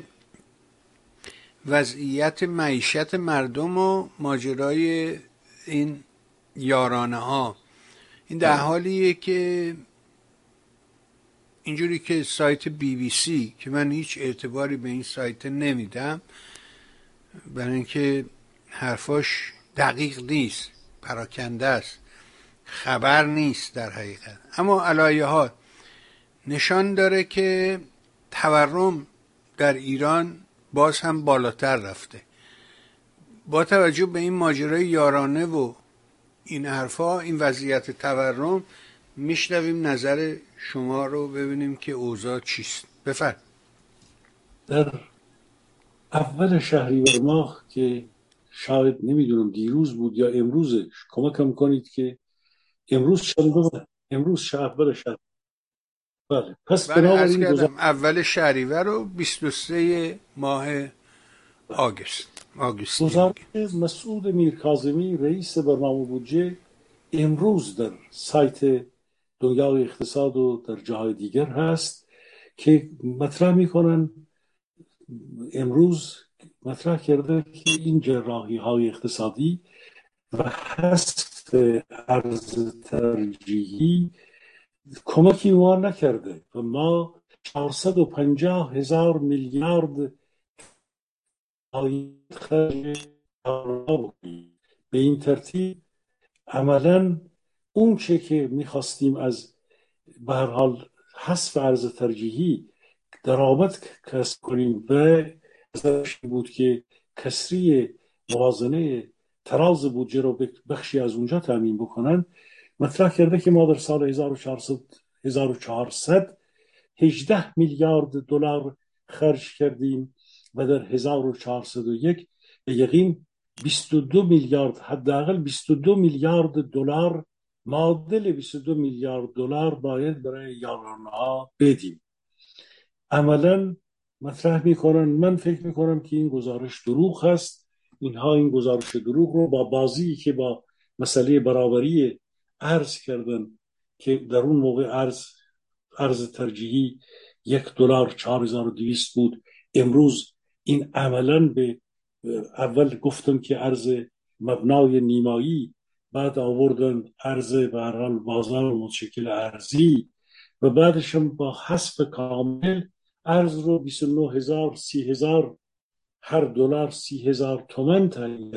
وضعیت معیشت مردم و ماجرای این یارانه ها. این در حالیه که اینجوری که سایت بی بی سی، که من هیچ اعتباری به این سایت نمیدم برای اینکه حرفاش دقیق نیست، پراکنده است، خبر نیست در حقیقت، اما علایه ها نشان داره که تورم در ایران باز هم بالاتر رفته. با توجه به این ماجرای یارانه و این حرفا، این وضعیت تورم، میشنویم نظر شما رو ببینیم که اوضاع چیست. بفرد. در اول شهریور ماه که شاید نمیدونم دیروز بود یا امروزه، کمکم کنید که امروز شنبه، امروز شهریور شهر، بله، پس بله عرض بنابراین گذار کردم اول شهریور و بیست و سه ماه آگوست آگوستی گزارش میگه. مسعود میرکاظمی رئیس برنامه بودجه امروز در سایت دنیای اقتصاد و در جاهای دیگر هست که مطرح میکنن. امروز مطرح کرده که این جراحی های اقتصادی و حذف ارز ترجیحی کمکی ما نکرده و ما چهارصد و پنجاه هزار میلیارد خرج به این ترتیب عملا اون چه که میخواستیم از به هر حال حذف ارز ترجیحی درآمد کسب کنیم و ازش بود که کسری موازنه تراز بودجه رو بخشی از اونجا تامین بکنن، مطرح کرده که ما در سال هزار و چهارصد هزار و چهارصد هجده میلیارد دلار خرج کردیم و در هزار و چهارصد و یک به یقین بیست و دو میلیارد، حداقل بیست و دو میلیارد دلار، معادل بیست و دو میلیارد دلار باید برای یارانه‌ها بدیم. عملا مطرح میکنن، من فکر میکنم که این گزارش دروغ هست. اینها این گزارش دروغ رو با بازی که با مسئله برابری ارز کردن که در اون موقع ارز ارز ترجیحی یک دلار چهار هزار و دویست بود، امروز این عملا به اول گفتم که ارز مبنای نیمایی، بعد آوردن ارز به هر حال بازار متشکل ارزی و بعدش هم با حذف کامل ارز رو بیست و نه هزار سی هزار هر دلار سی هزار تومن تعیین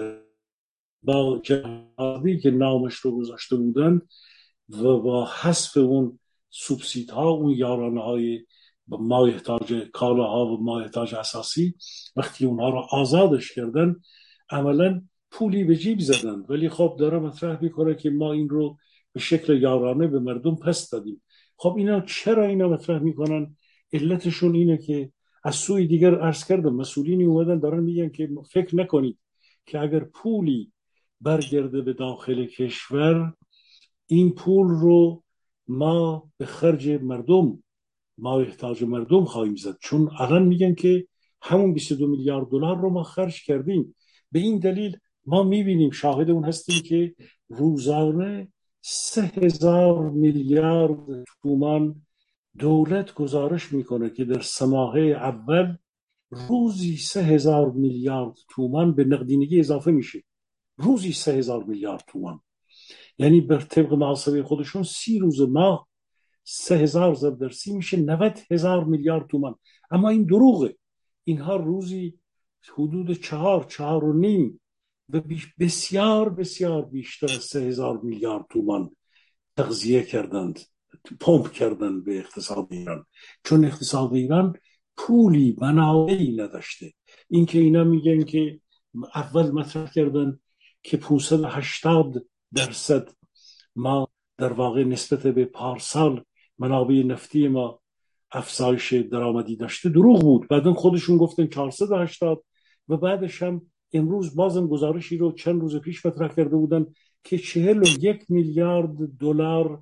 با جهازی که نامش رو گذاشته بودن و با حذف اون سوبسید ها، اون یارانه های مایحتاج کالاها و مایحتاج اساسی، وقتی اونها رو آزادش کردن عملا پولی به جیب زدن. ولی خب داره مطرح میکنه که ما این رو به شکل یارانه به مردم پس دادیم. خب اینا چرا اینا مطرح میکنن؟ علتشون اینه که از سوی دیگر عرض کردم مسئولینی اومدن دارن میگن که فکر نکنید که اگر پولی برگرده به داخل کشور، این پول رو ما به خرج مردم، ما احتاج مردم خواهیم زد، چون الان میگن که همون بیست و دو میلیارد دلار رو ما خرج کردیم. به این دلیل ما میبینیم، شاهد اون هستیم که روزانه سه هزار میلیارد تومان دولت گزارش میکنه که در سه ماهه اول روزی سه هزار میلیارد تومان به نقدینگی اضافه میشه. روزی سه هزار میلیارد تومان، یعنی بر طبق محاسبه خودشون سی روز ماه سه هزار ضرب در سی میشه نود هزار میلیارد تومان. اما این دروغه. اینها روزی حدود چهار چهار و نیم و بسیار بسیار بیشتر از سه هزار میلیارد تومان تغذیه کردند پمپ کردن به اقتصاد ایران، چون اقتصاد ایران پولی منابعی نداشته. این که اینا میگن که اول مطرح کردن که پانصد و هشتاد درصد ما در واقع نسبت به پارسال منابع نفتی ما افزایش درآمدی داشته، دروغ بود. بعدن خودشون گفتن چهارصد و هشتاد و بعدش هم امروز بازم گزارشی رو چند روز پیش مطرح کرده بودن که چهل و یک میلیارد دلار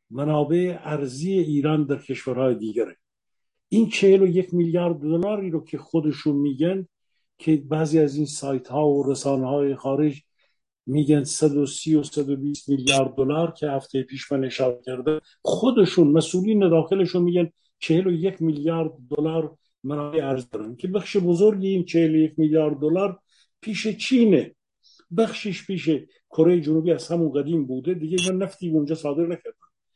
منابع ارزی ایران در کشورهای دیگره. این چهل و یک میلیارد دلاری رو که خودشون میگن که بعضی از این سایت ها و رسانه های خارج میگن صد و سی و صد و بیست میلیارد دلار که هفته پیش من اشاره کرده، خودشون مسئولین داخلشون میگن چهل و یک میلیارد دلار منابع ارزی دارن که بخش بزرگی این چهل و یک میلیارد دلار پیش چینه، بخشش پیش کره جنوبی از همون قدیم بوده دیگه، من نفتی اونجا صادر نکردن،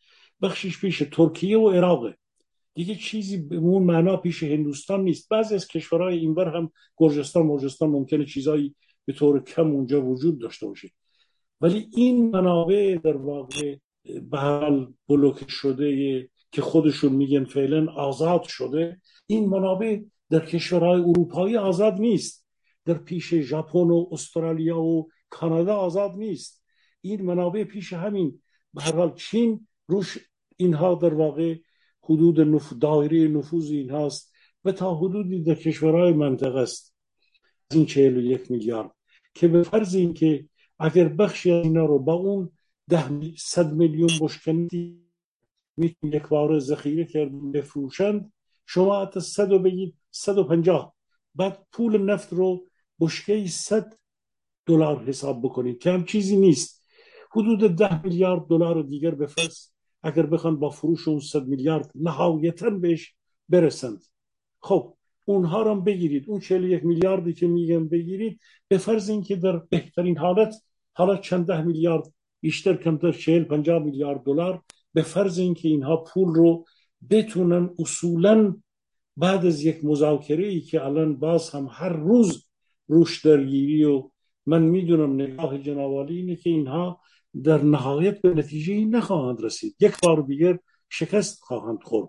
بخشش پیش ترکیه و عراق دیگه، چیزی به اون معنا پیش هندوستان نیست. بعضی از کشورهای اینور هم گرجستان موجستان ممکنه چیزایی به طور کم اونجا وجود داشته باشه، ولی این منابع در واقع به حال بلوک شده که خودشون میگن فعلا آزاد شده. این منابع در کشورهای اروپایی آزاد نیست، در پیش ژاپن و استرالیا و کانادا آزاد نیست. این منابع پیش همین به هر حال چین روش اینها در واقع حدود نف... دایره نفوذ اینهاست و تا حدودی در کشورهای منطقه است. از این چهل و یک میلیارد که به فرض این که اگر بخشی از اینا رو با اون ده صد میلیون بشکندی میتونید یک بار ذخیره کردن بفروشند، شما حتی صد و بگید صد و پنجاه، بعد پول نفت رو بشکه صد دلار حساب بکنید که هم چیزی نیست. حدود ده میلیارد دلار دیگر به فرض اگر بخوان با فروش اون صد میلیارد نهایتاً بهش برسند، خب اونها رو بگیرید، اون چهل و یک میلیاردی که میگم بگیرید، به فرض اینکه در بهترین حالت حالا چند ده میلیارد بیشتر کمتر چهل پنجاه میلیارد دلار، به فرض اینکه اینها پول رو بتونن اصولاً بعد از یک مذاکره ای که الان باز هم هر روز روش درگیری و من میدونم نگاه جناب عالی اینه که اینها در نهایت به نتیجه نخواهند رسید، یک بار دیگر شکست خواهند خورد.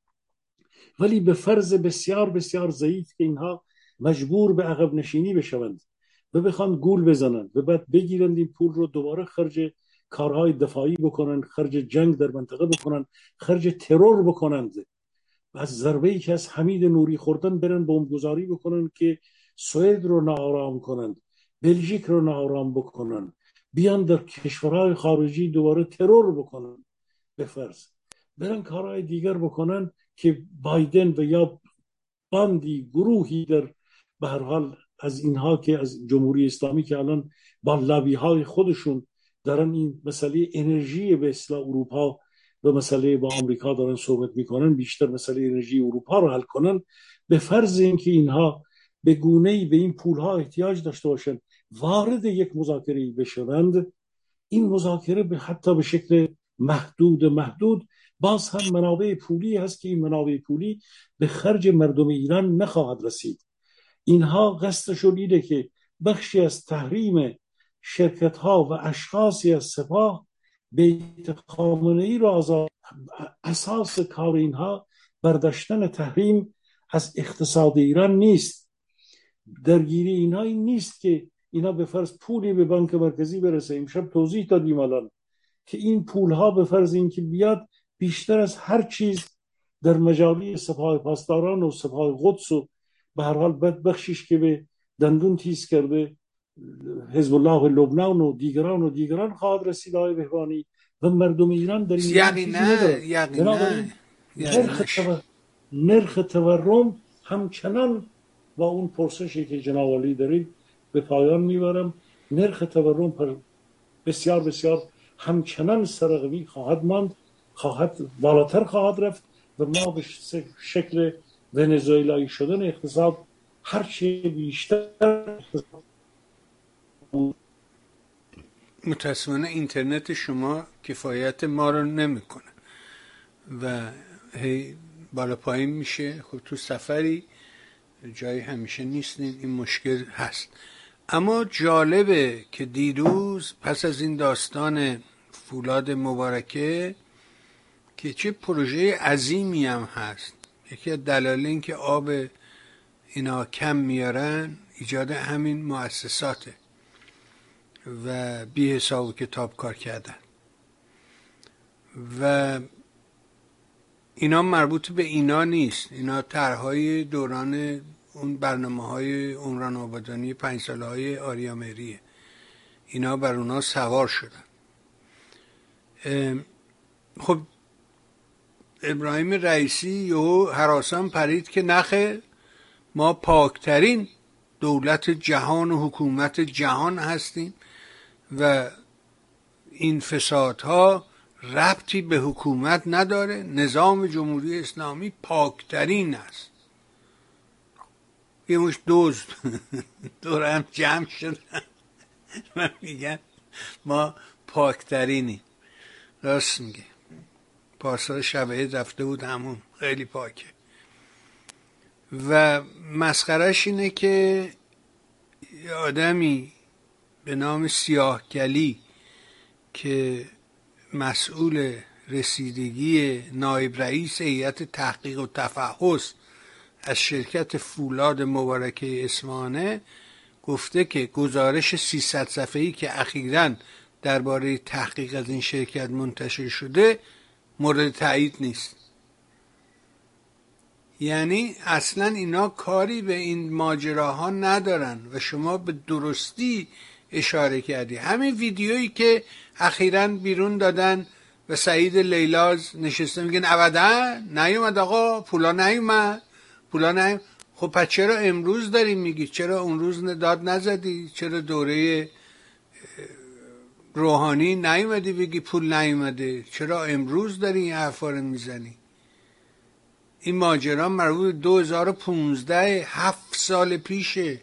ولی به فرض بسیار بسیار ضعیف که اینها مجبور به عقب نشینی بشوند و بخوان گول بزنند و بعد بگیرند این پول رو دوباره خرج کارهای دفاعی بکنند، خرج جنگ در منطقه بکنند، خرج ترور بکنند، از ضربه‌ای که از حمید نوری خوردن برن بمبگذاری بکنند که سوئد رو ناآرام کنند، بلژیک رو ناآرام بکنند، بیان در کشورهای خارجی دوباره ترور بکنند، به فرض برن کارهای دیگر بکنن که بایدن و یا باندی گروهی در به هر حال از اینها که از جمهوری اسلامی که الان با لابی های خودشون دارن این مسئله انرژی به اصطلاح اروپا و مسئله با آمریکا دارن صحبت میکنن، بیشتر مسئله انرژی اروپا رو حل کنن، به فرض اینکه اینها به گونه‌ای به این پولها احتیاج داشته باشن، وارد یک مذاکره بشوند، این مذاکره به حتی به شکل محدود محدود باز هم منابع پولی هست که این منابع پولی به خرج مردم ایران نخواهد رسید. اینها قصدشون اینه که بخشی از تحریم شرکت ها و اشخاصی از سپاه بیت خامنه‌ای را آزاد، اساس کار اینها برداشتن تحریم از اقتصاد ایران نیست. درگیری اینها این نیست که اینا به فرض پولی به بانک مرکزی برسه. امشب توضیح دادیم الان که این پولها به فرض اینکه بیاد بیشتر از هر چیز در مجالی سپاه پاسداران و سپاه قدس و به هر حال بخشش که به دندون تیز کرده حزب الله لبنان و دیگران و دیگران خواهد رسید آقای بهبانی و مردم ایران در این یقینا یقینا نرخ نرخ تورم همچنان با اون پرسشی که جناب عالی دارید به پایان میبرم، نرخ تورم بسیار بسیار همچنان سرقوی خواهد ماند، خواهد بالاتر خواهد رفت و ما به شکل ونزوئلایی شدن اقتصاد هرچی بیشتر. متاسفانه اینترنت شما کفایت ما رو نمیکنه و هی بالا پایین میشه. خب تو سفری جایی همیشه نیستین، این مشکل هست. اما جالبه که دیروز پس از این داستان فولاد مبارکه که چه پروژه عظیمی هم هست. یکی از دلایل این که آب اینا کم میارن ایجاد همین مؤسساته و بی حساب و کتاب کار کردن و اینا مربوط به اینا نیست. اینا طرحهای دوران اون برنامه های عمران آبادانی پنج ساله های آریامهریه. اینا بر اونا سوار شدن. خب ابراهیم رئیسی یهو هراسان پرید که نخه، ما پاکترین دولت جهان و حکومت جهان هستیم و این فسادها ربطی به حکومت نداره، نظام جمهوری اسلامی پاکترین است. یه مش دزد دور هم جمع شدن و میگن ما پاکترینیم. راست میگه. پارسال شب عید رفته بود همون، خیلی پاکه. و مسخرش اینه که یه آدمی به نام سیاهگلی که مسئول رسیدگی نایب رئیس هیئت تحقیق و تفحص از شرکت فولاد مبارکه اصفهانه گفته که گزارش سیصد صفحه‌ای که اخیراً درباره تحقیق از این شرکت منتشر شده مورد تایید نیست. یعنی اصلا اینا کاری به این ماجراها ندارن و شما به درستی اشاره کردی. همین ویدیویی که اخیراً بیرون دادن و سعید لیلاز نشسته میگن ابدا نیومد آقا، پولا نیومد، پولا نیومد. خب پس چرا امروز داری میگی؟ چرا اون روز داد نزدی؟ چرا دوره روحانی نیومدی بگی پول نیومده؟ چرا امروز داری این حرفا رو میزنی؟ این ماجرا مربوط به دو هزار و پانزده، هفت سال پیشه.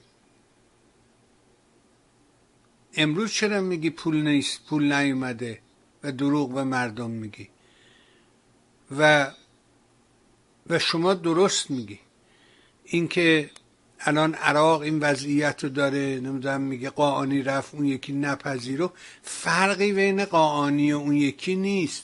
امروز چرا میگی پول نیست، پول نیومده و دروغ به مردم میگی؟ و و شما درست میگی. اینکه الان عراق این وضعیت رو داره، نمیدونم میگه قاآنی رفت اون یکی نپذیرو، فرقی بین قاآنی و اون یکی نیست.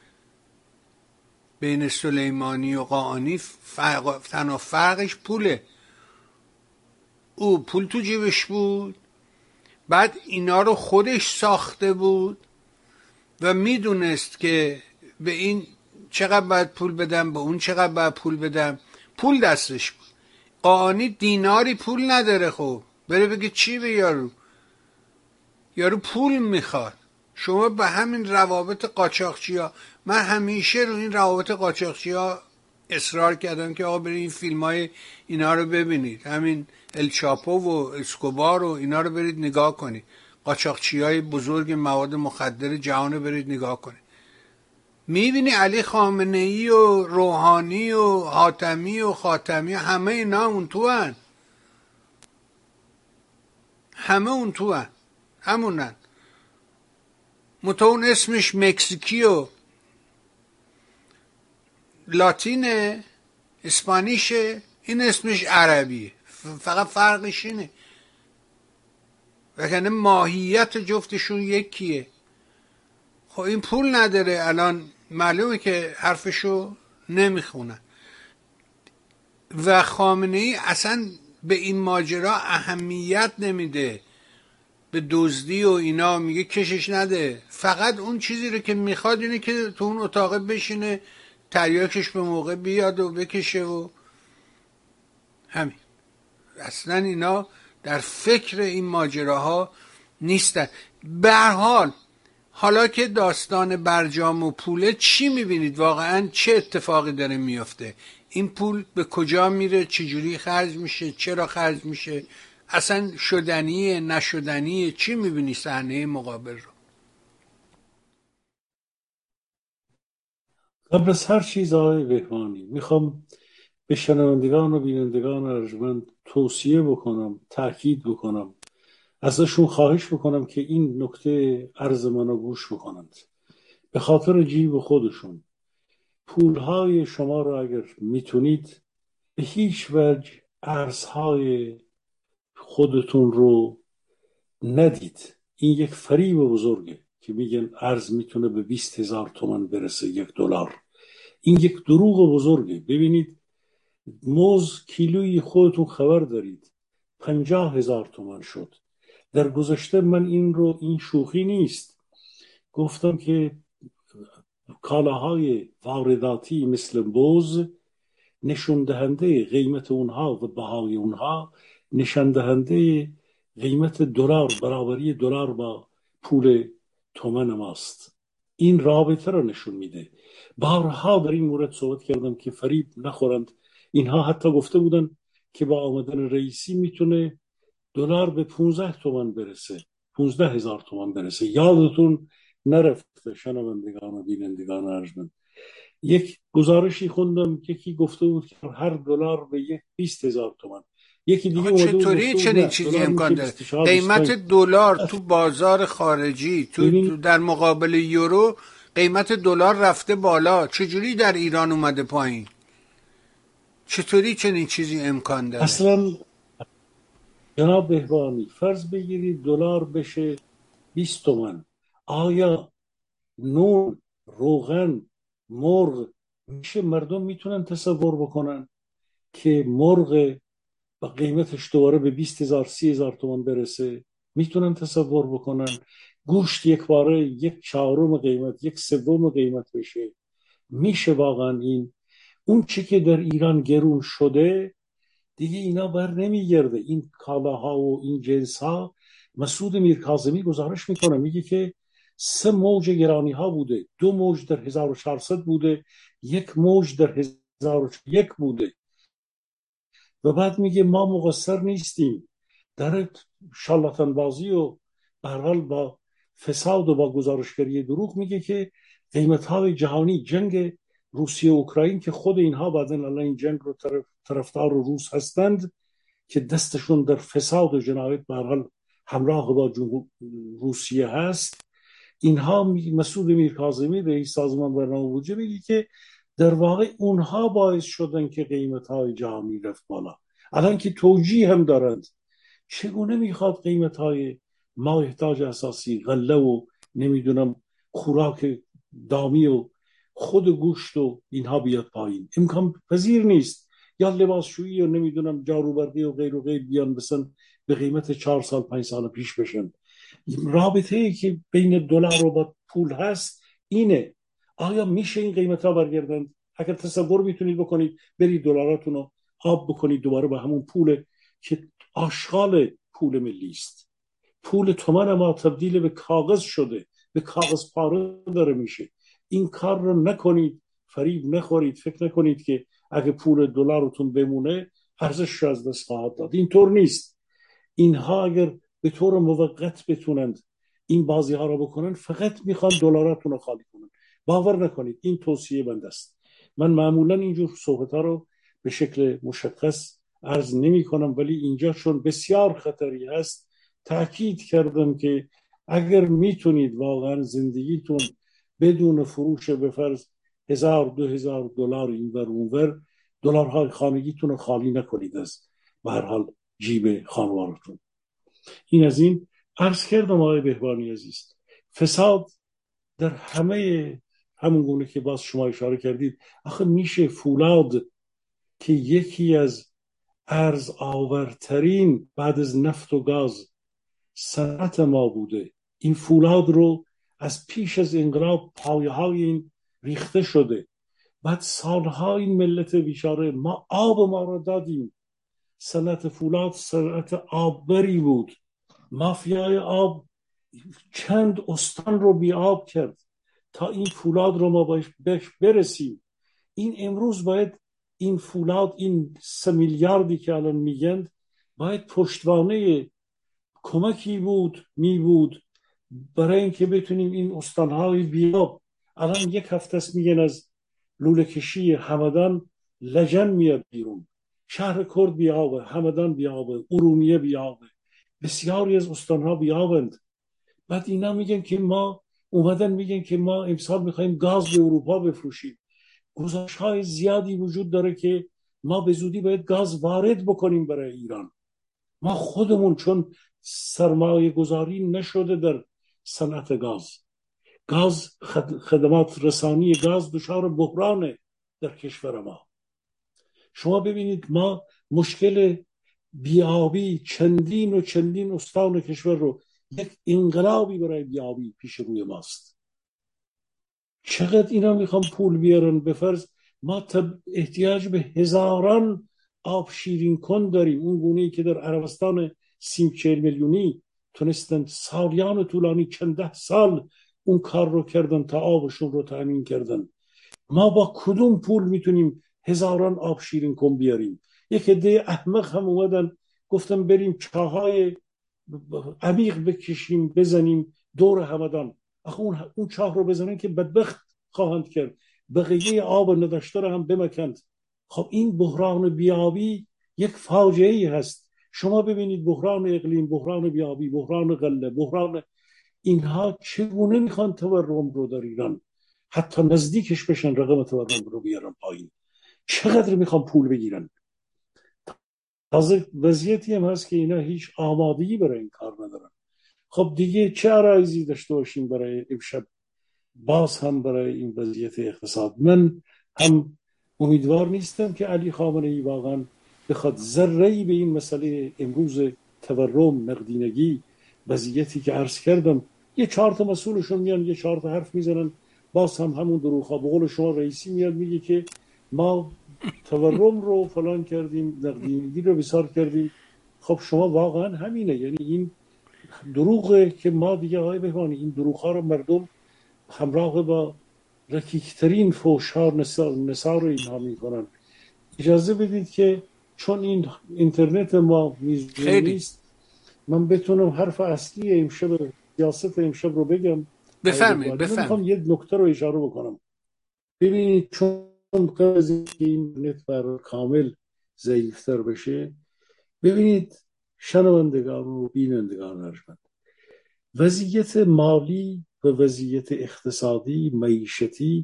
بین سلیمانی و قاآنی فرق، تنها فرقش پوله. او پول تو جیبش بود، بعد اینا رو خودش ساخته بود و میدونست که به این چقدر باید پول بدم، به اون چقدر باید پول بدم، پول دستش بود. قاآنی دیناری پول نداره، خب بره بگه چی به یارو؟ یارو پول میخواد. شما به همین روابط قاچاقچی ها، من همیشه رو این روابط قاچاقچی ها اصرار کردم که آقا برید این فیلم های اینا رو ببینید، همین الچاپو و اسکوبار و اینا رو برید نگاه کنید، قاچاقچی های بزرگ مواد مخدر جهان رو برید نگاه کنید. میبینی علی خامنه ای و روحانی و حاتمی و خاتمی همه اینا اون تو هن. همه اون تو هن. همونن. متون اسمش مکزیکی و لاتینه، اسپانیشه، این اسمش عربیه. فقط فرقش اینه. وگرنه ماهیت جفتشون یکیه. خب این پول نداره، الان معلومه که حرفشو نمیخونن. و خامنه ای اصلا به این ماجرا اهمیت نمیده، به دزدی و اینا میگه کشش نده. فقط اون چیزی رو که میخواد اینه که تو اون اتاق بشینه، تریاکش به موقع بیاد و بکشه و همین. اصلا اینا در فکر این ماجراها نیستن. به هر حال حالا که داستان برجام و پوله، چی میبینید واقعا چه اتفاقی داره میفته؟ این پول به کجا میره؟ چجوری خرج میشه؟ چرا خرج میشه؟ اصلا شدنیه نشدنیه؟ چی میبینی صحنه مقابل رو؟ قبل از هر چیز آقای بهبانی میخوام به شنوندگان و بینندگان ارجمند توصیه بکنم، تاکید بکنم، ازشون خواهش بکنم که این نکته عرض منو گوش بکنند. به خاطر جیب خودشون پولهای شما رو اگر میتونید به هیچ وجه ارزهای خودتون رو ندید. این یک فریب بزرگه که میگن ارز میتونه به بیست هزار تومن برسه، یک دلار. این یک دروغ بزرگه. ببینید موز کیلوی خودتون خبر دارید پنجاه هزار تومان شد. در گذشته من این رو، این شوخی نیست، گفتم که کالاهای وارداتی مثل موز نشون دهنده قیمت اونها و بهای اونها نشان دهنده قیمت دلار، برابری دلار با پول تومان ماست. این رابطه رو نشون میده. بارها در این مورد صحبت کردم که فریب نخورند. اینها حتی گفته بودن که با آمدن رئیسی میتونه دلار به پانزده تومان برسه، پانزده هزار تومان برسه. یادتون نرفته شنوندگان و بینندگان ارجمند، یک گزارشی خوندم یکی گفته بود که هر دلار به یک بیست هزار تومان. یکی دیگه اومده بود چطوری چنین چیزی امکان داره؟ قیمت دلار تو بازار خارجی تو, تو در مقابل یورو قیمت دلار رفته بالا، چجوری در ایران اومده پایین؟ چطوری چنین چیزی امکان داره؟ اصلا جناب بهبانی فرض بگیرید دلار بشه بیست تومان، آیا نون، روغن، مرغ میشه مردم میتونن تصور بکنن که مرغ و قیمتش دوباره به بیست هزار سی هزار تومان برسه؟ میتونن تصور بکنن گوشت یک باره یک چهارم قیمت، یک سوم قیمت بشه؟ میشه واقعا این اون چی که در ایران گرون شده دیگه اینا بر نمیگرده. این کالاها و این جنس ها، مسعود میرکاظمی گزارش میکنه میگه که سه موج گرانی ها بوده، دو موج در هزار و چهارصد بوده، یک موج در هزار و یک بوده و بعد میگه ما مقصر نیستیم. در شالاتان بازی و به هر حال با فساد و با گزارشگری دروغ میگه که قیمت های جهانی، جنگ روسیه و اوکراین که خود اینها بعدن الان این جنگ رو طرف طرفدار روس هستند که دستشون در فساد و جنایت به هر حال همراه با روسیه هست، اینها مسعود میرکاظمی رئیس سازمان برنامه بودجه میگه که در واقع اونها باعث شدن که قیمت های جهانی رفت بالا. الان که توجیه هم دارند چگونه میخواد قیمت های ما احتاج اساسی، غله و نمیدونم خوراک دامی و خود گوشت و اینها بیاد پایین؟ امکان پذیر نیست. یا لباسشویی و نمیدونم جاروبرقی و غیر و غیر بیان بسن به قیمت چهار سال پنج سال پیش بشن. رابطه ای که بین دلار و با پول هست اینه. آیا میشه این قیمت ها برگردند؟ اگر تصور میتونید بکنید برید دلاراتون رو آب بکنید دوباره به همون پول که آشغال پول ملی است. پول تومان ما تبدیل به کاغذ شده، به کاغذ پاره داره میشه. این کار رو نکنید، فریب نخورید، فکر نکنید که اگه پول دلارتون بمونه ارزشش از دست خواهد داد. اینطور نیست. اینها اگر به طور موقت بتونند این بازی ها رو بکنن فقط میخوان دلاراتون رو خالی کنن. باور نکنید، این توصیه بنده است. من معمولا اینجور صحبت ها رو به شکل مشخص عرض نمی کنم، ولی اینجا چون بسیار خطری هست تأکید کردم که اگر میتونید واقعا زندگیتون بدون فروش به فرض هزار دو هزار دلار این ور اون ور، دلارهای خانگیتون رو خالی نکنید از به هر حال جیب خانوارتون. این از این. عرض کردم آقای بهبانی عزیز، فساد در همه همون گونه که باز شما اشاره کردید. آخه میشه فولاد که یکی از ارز آورترین بعد از نفت و گاز صنعت ما بوده، این فولاد رو از پیش از انقلاب پایه های این ریخته شده، بعد سالها این ملت بیچاره ما آب ما رو دادیم. صنعت فولاد صنعت آببری بود. مافیای آب چند استان رو بی آب کرد تا این فولاد رو ما بهش برسیم. این امروز باید این فولاد، این سه میلیاردی که الان میگن، باید پشتوانه کمکی بود می بود برای اینکه بتونیم این استانهای بیاب. الان یک هفته است میگن از لوله کشی همدان لجن میاد بیرون، شهر کرد بیابه، همدان بیابه، ارومیه بیابه، بسیاری از استانها بیابند. بعد اینا میگن که ما اومدن میگن که ما امسال میخوایم گاز به اروپا بفروشیم. گزارش‌های زیادی وجود داره که ما به زودی باید گاز وارد بکنیم برای ایران. ما خودمون چون سرمایه گذاری نشده در صنعت گاز، گاز خدمات رسانی گاز دچار بحرانه. در کشور ما. شما ببینید ما مشکل بیابی چندین و چندین استان کشور رو، یک انقلابی برای بیابی پیش روی ماست. چقدر اینا میخوام پول بیارن؟ به فرض ما احتیاج به هزاران آب شیرین کن داریم، اون گونه‌ای که در عربستان سی چهل میلیونی تونستن سالیان طولانی چند ده سال اون کار رو کردن تا آبشون رو تامین کردن. ما با کدوم پول میتونیم هزاران آب شیرین کن بیاریم؟ یک عده احمق هم اومدن گفتم بریم چاهای عمیق بکشیم بزنیم دور همدان. آخه اون اون چاه رو بزنن که بدبخت خواهند کرد، بقیه آب نداشته رو هم بمکند. خب این بحران بیابی یک فاجعه ای هست. شما ببینید بحران اقلیم، بحران بیابی، بحران غله، بحران اینها چگونه میخوان تورم رو در ایران حتی نزدیکش بشن، رقم تورم رو بیارن پایین. چقدر میخوان پول بگیرن؟ تازه وضعیتی هم هست که اینا هیچ آمادگی برای این کار ندارن. خب دیگه چه عرایزی داشته باشیم برای امشب باز هم برای این وضعیت اقتصاد؟ من هم امیدوار نیستم که علی خامنه ای واقعا بخواد ذره‌ای به این مسئله امروز تورم، نقدینگی، وضعیتی که عرض کردم، یه چهار تا مسئولشون میان یه چهار تا حرف میزنن، باز هم همون دروغ‌ها. به قول شما رئیسی میاد میگه که ما تورم رو فلان کردیم، نقدینگی رو بسار کردیم. خب شما واقعا همینه، یعنی این دروغه که ما دیگه آقای بهبانی این دروغ‌ها رو مردم همراه با رکیکترین فوش‌ها نثار نثار اینها میکنن. اجازه بدید که چون این اینترنت ما میزون خیلی نیست، من بتونم حرف اصلی امشب سیاست امشب رو بگم. بفرمایید من میخوام بفرمایید. یه نکته رو اشاره بکنم. ببینید چون قضیه اینترنت بر کامل ضعیفتر بشه، ببینید شنوندگان و بینندگان ارجمند، وضعیت مالی و وضعیت اقتصادی معیشتی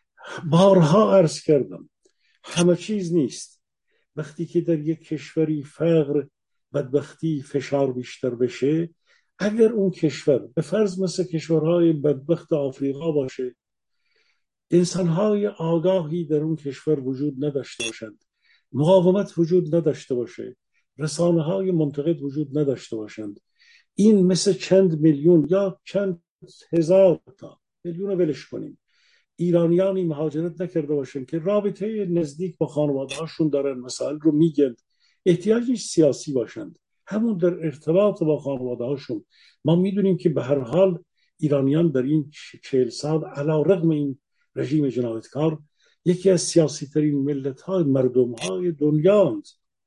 بارها عرض کردم همه چیز نیست. وقتی که در یک کشوری فقر، بدبختی، فشار بیشتر بشه، اگر اون کشور به فرض مثل کشورهای بدبخت آفریقا باشه، انسانهای آگاهی در اون کشور وجود نداشته باشند، مقاومت وجود نداشته باشه، رسانه های منتقد وجود نداشته باشند، این مثل چند میلیون یا چند هزار تا میلیون رو ولش کنیم ایرانیانی مهاجرت نکرده باشن که رابطه نزدیک با خانواده هاشون دارن، مسائل رو میگن، احتیاجی سیاسی باشند، همون در ارتباط با خانواده هاشون. ما میدونیم که به هر حال ایرانیان در این چهل سال علی رغم این رژیم جنایتکار یکی از سیاسی ترین ملت های مردم های دنیا،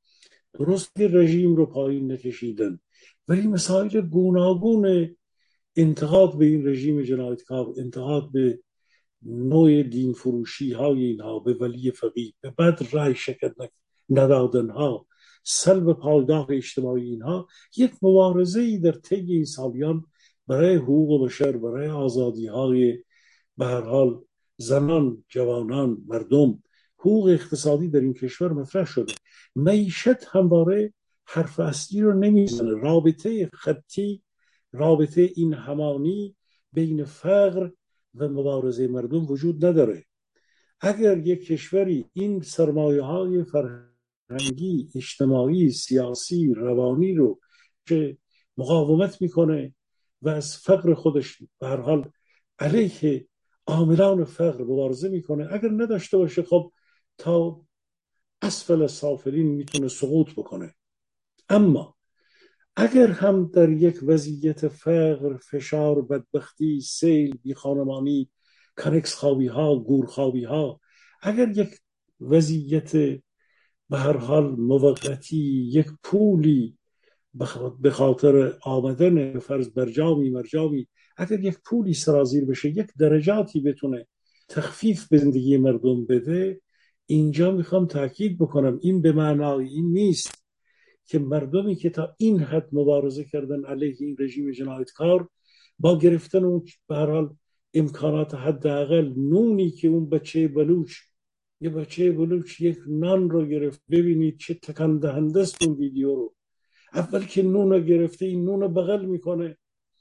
درست که رژیم رو پایین نکشیدن، ولی مسائل گوناگون انتقاد به این رژیم جنایتکار، انتقاد به نوع دین فروشی های اینها، به ولی فقیه، به بد رای شکل ندادن ها، سلب پایگاه اجتماعی اینها، یک مبارزه ای در طی این سالیان برای حقوق بشر، برای آزادی های به هر حال زنان، جوانان، مردم، حقوق اقتصادی در این کشور مطرح شده. معیشت همواره حرف اصلی رو نمیزنه. رابطه خطی، رابطه این همانی بین فقر و مبارزه مردم وجود نداره. اگر یک کشوری این سرمایه های فرهنگی، اجتماعی، سیاسی، روانی رو که مقاومت میکنه و از فقر خودش به هر حال علیه عاملان فقر مبارزه میکنه، اگر نداشته باشه، خب تا اسفل سافلین میتونه سقوط بکنه. اما اگر هم در یک وضعیت فقر، فشار، بدبختی، سیل، بیخانمانی، کنکس خوابی ها، گور خوابی ها، اگر یک وضعیت به هر حال موقتی، یک پولی به خاطر آمدن به فرض برجامی مرجامی، اگر یک پولی سرازیر بشه، یک درجاتی بتونه تخفیف به زندگی مردم بده، اینجا میخوام تاکید بکنم این به معنای این نیست که مردمی که تا این حد مبارزه کردن علیه این رژیم جنایتکار با گرفتن اون به هر حال امکانات حداقل نونی که اون بچه بلوچ، یه بچه بلوچ یک نان رو گرفت، ببینید چه تکان دهنده است اون ویدیو رو. اول که نون رو گرفته این نون رو بغل میکنه،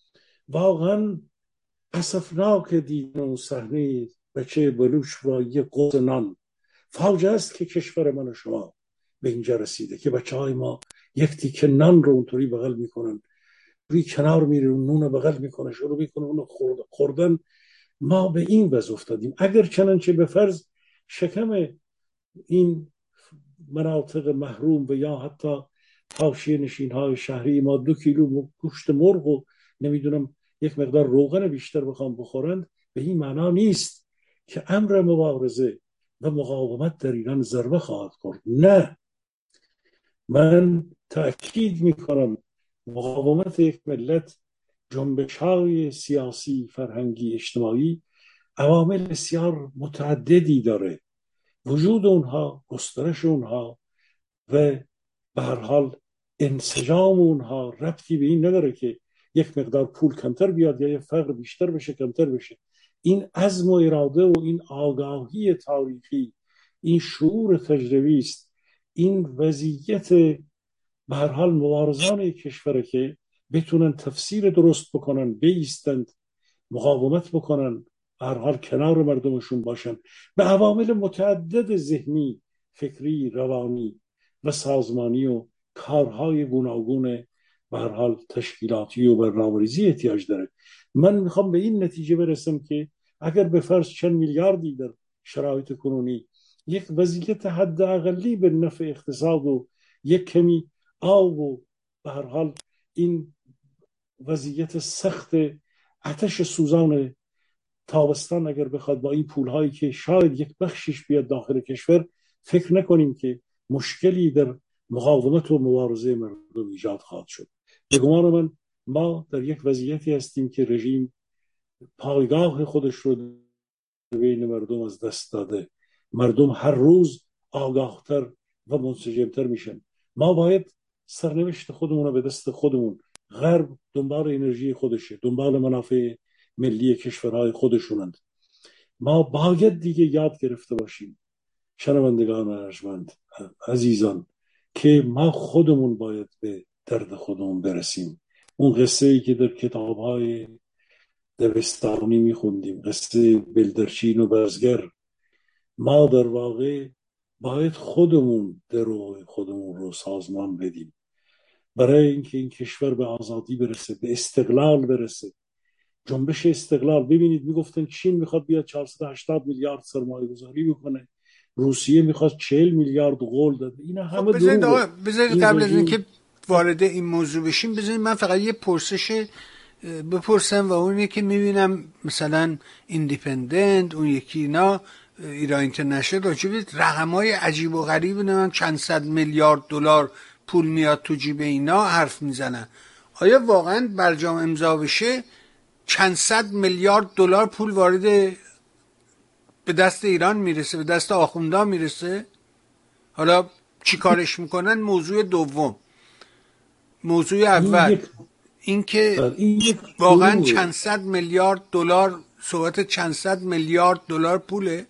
واقعا اسفناک دیدن اون صحنه بچه بلوچ و یک قوز نان. فاجعه است که کشور من و شما به اینجا رسیده که بچه های ما یک تیکه نان رو اونطوری بغل میکنن، روی کنار میره نون رو بغل میکنه، شروع میکنه اون خوردن. ما به این وضع افتادیم. اگر چنانچه به فرض شکم این مناطق محروم و یا حتی حاشیه نشین های شهری ما دو کیلو گوشت مرغ و نمیدونم یک مقدار روغن بیشتر بخوام بخورند، به این معنا نیست که امر مبارزه و مقاومت در ایران ضربه خواهد خورد. نه، من تأکید میکنم مقاومت یک ملت، جنبش های سیاسی، فرهنگی، اجتماعی عوامل بسیار متعددی داره. وجود اونها، گسترش اونها و به هر حال انسجام اونها ربطی به این نداره که یک مقدار پول کمتر بیاد یا یک فقر بیشتر بشه کمتر بشه. این عزم و اراده و این آگاهی تاریخی، این شعور تجربی است، این وضعیت به هر حال مبارزان کشور که بتونن تفسیر درست بکنن، بیستند، مقاومت بکنن، به هر حال کنار مردمشون باشن، به عوامل متعدد ذهنی، فکری، روانی و سازمانی و کارهای گوناگون به هر حال تشکیلاتی و برنامه‌ریزی احتیاج داره. من میخوام به این نتیجه برسم که اگر به فرض چند میلیاردی در شرایط کنونی یک وضعیت حداقلی به نفع اقتصاد و یک کمی آب و به هر حال این وضعیت سخت آتش سوزان تابستان اگر بخواد با این پولهایی که شاید یک بخشش بیاد داخل کشور، فکر نکنیم که مشکلی در مقاومت و مبارزه مردم ایجاد خواهد شد. به گمان من ما در یک وضعیتی هستیم که رژیم پایگاه خودش رو بین مردم از دست داده. مردم هر روز آگاهتر و منسجمتر میشن. ما باید سرنوشت خودمون رو به دست خودمون. غرب دنبال انرژی خودشه، دنبال منافع ملی کشورهای خودشونند. ما باید دیگه یاد گرفته باشیم، شنوندگان ارجمند عزیزان، که ما خودمون باید به درد خودمون برسیم. اون قصه ای که در کتاب‌های دبستانی میخوندیم، قصه بلدرچین و بزگر، ما در واقع باید خودمون درو خودمون رو سازمان بدیم برای اینکه این کشور به آزادی برسه، به استقلال برسه. جنبش استقلال، ببینید میگفتن چین میخواد بیاد چهارصد و هشتاد میلیارد سرمایه گذاری بکنه، روسیه میخواد چهل میلیارد قول داده. اینا همه خب بذارید دروغه. آقا بذارید قبل از اینکه وارد این موضوع بشیم بذارید من فقط یه پرسش بپرسم و اونه که میبینم مثلا ایندیپندنت اون یکی اینا ایران اینترنشنال راجع به رقم‌های عجیب و غریب نمیدونم چند صد میلیارد دلار پول میاد تو جیب اینا حرف میزنن. آیا واقعا برجام امضا بشه چند صد میلیارد دلار پول وارد به دست ایران میرسه، به دست آخوندا میرسه؟ حالا چی کارش میکنن؟ موضوع دوم. موضوع اول این این که این واقعا چند صد میلیارد دلار، صحبت چند صد میلیارد دلار پوله؟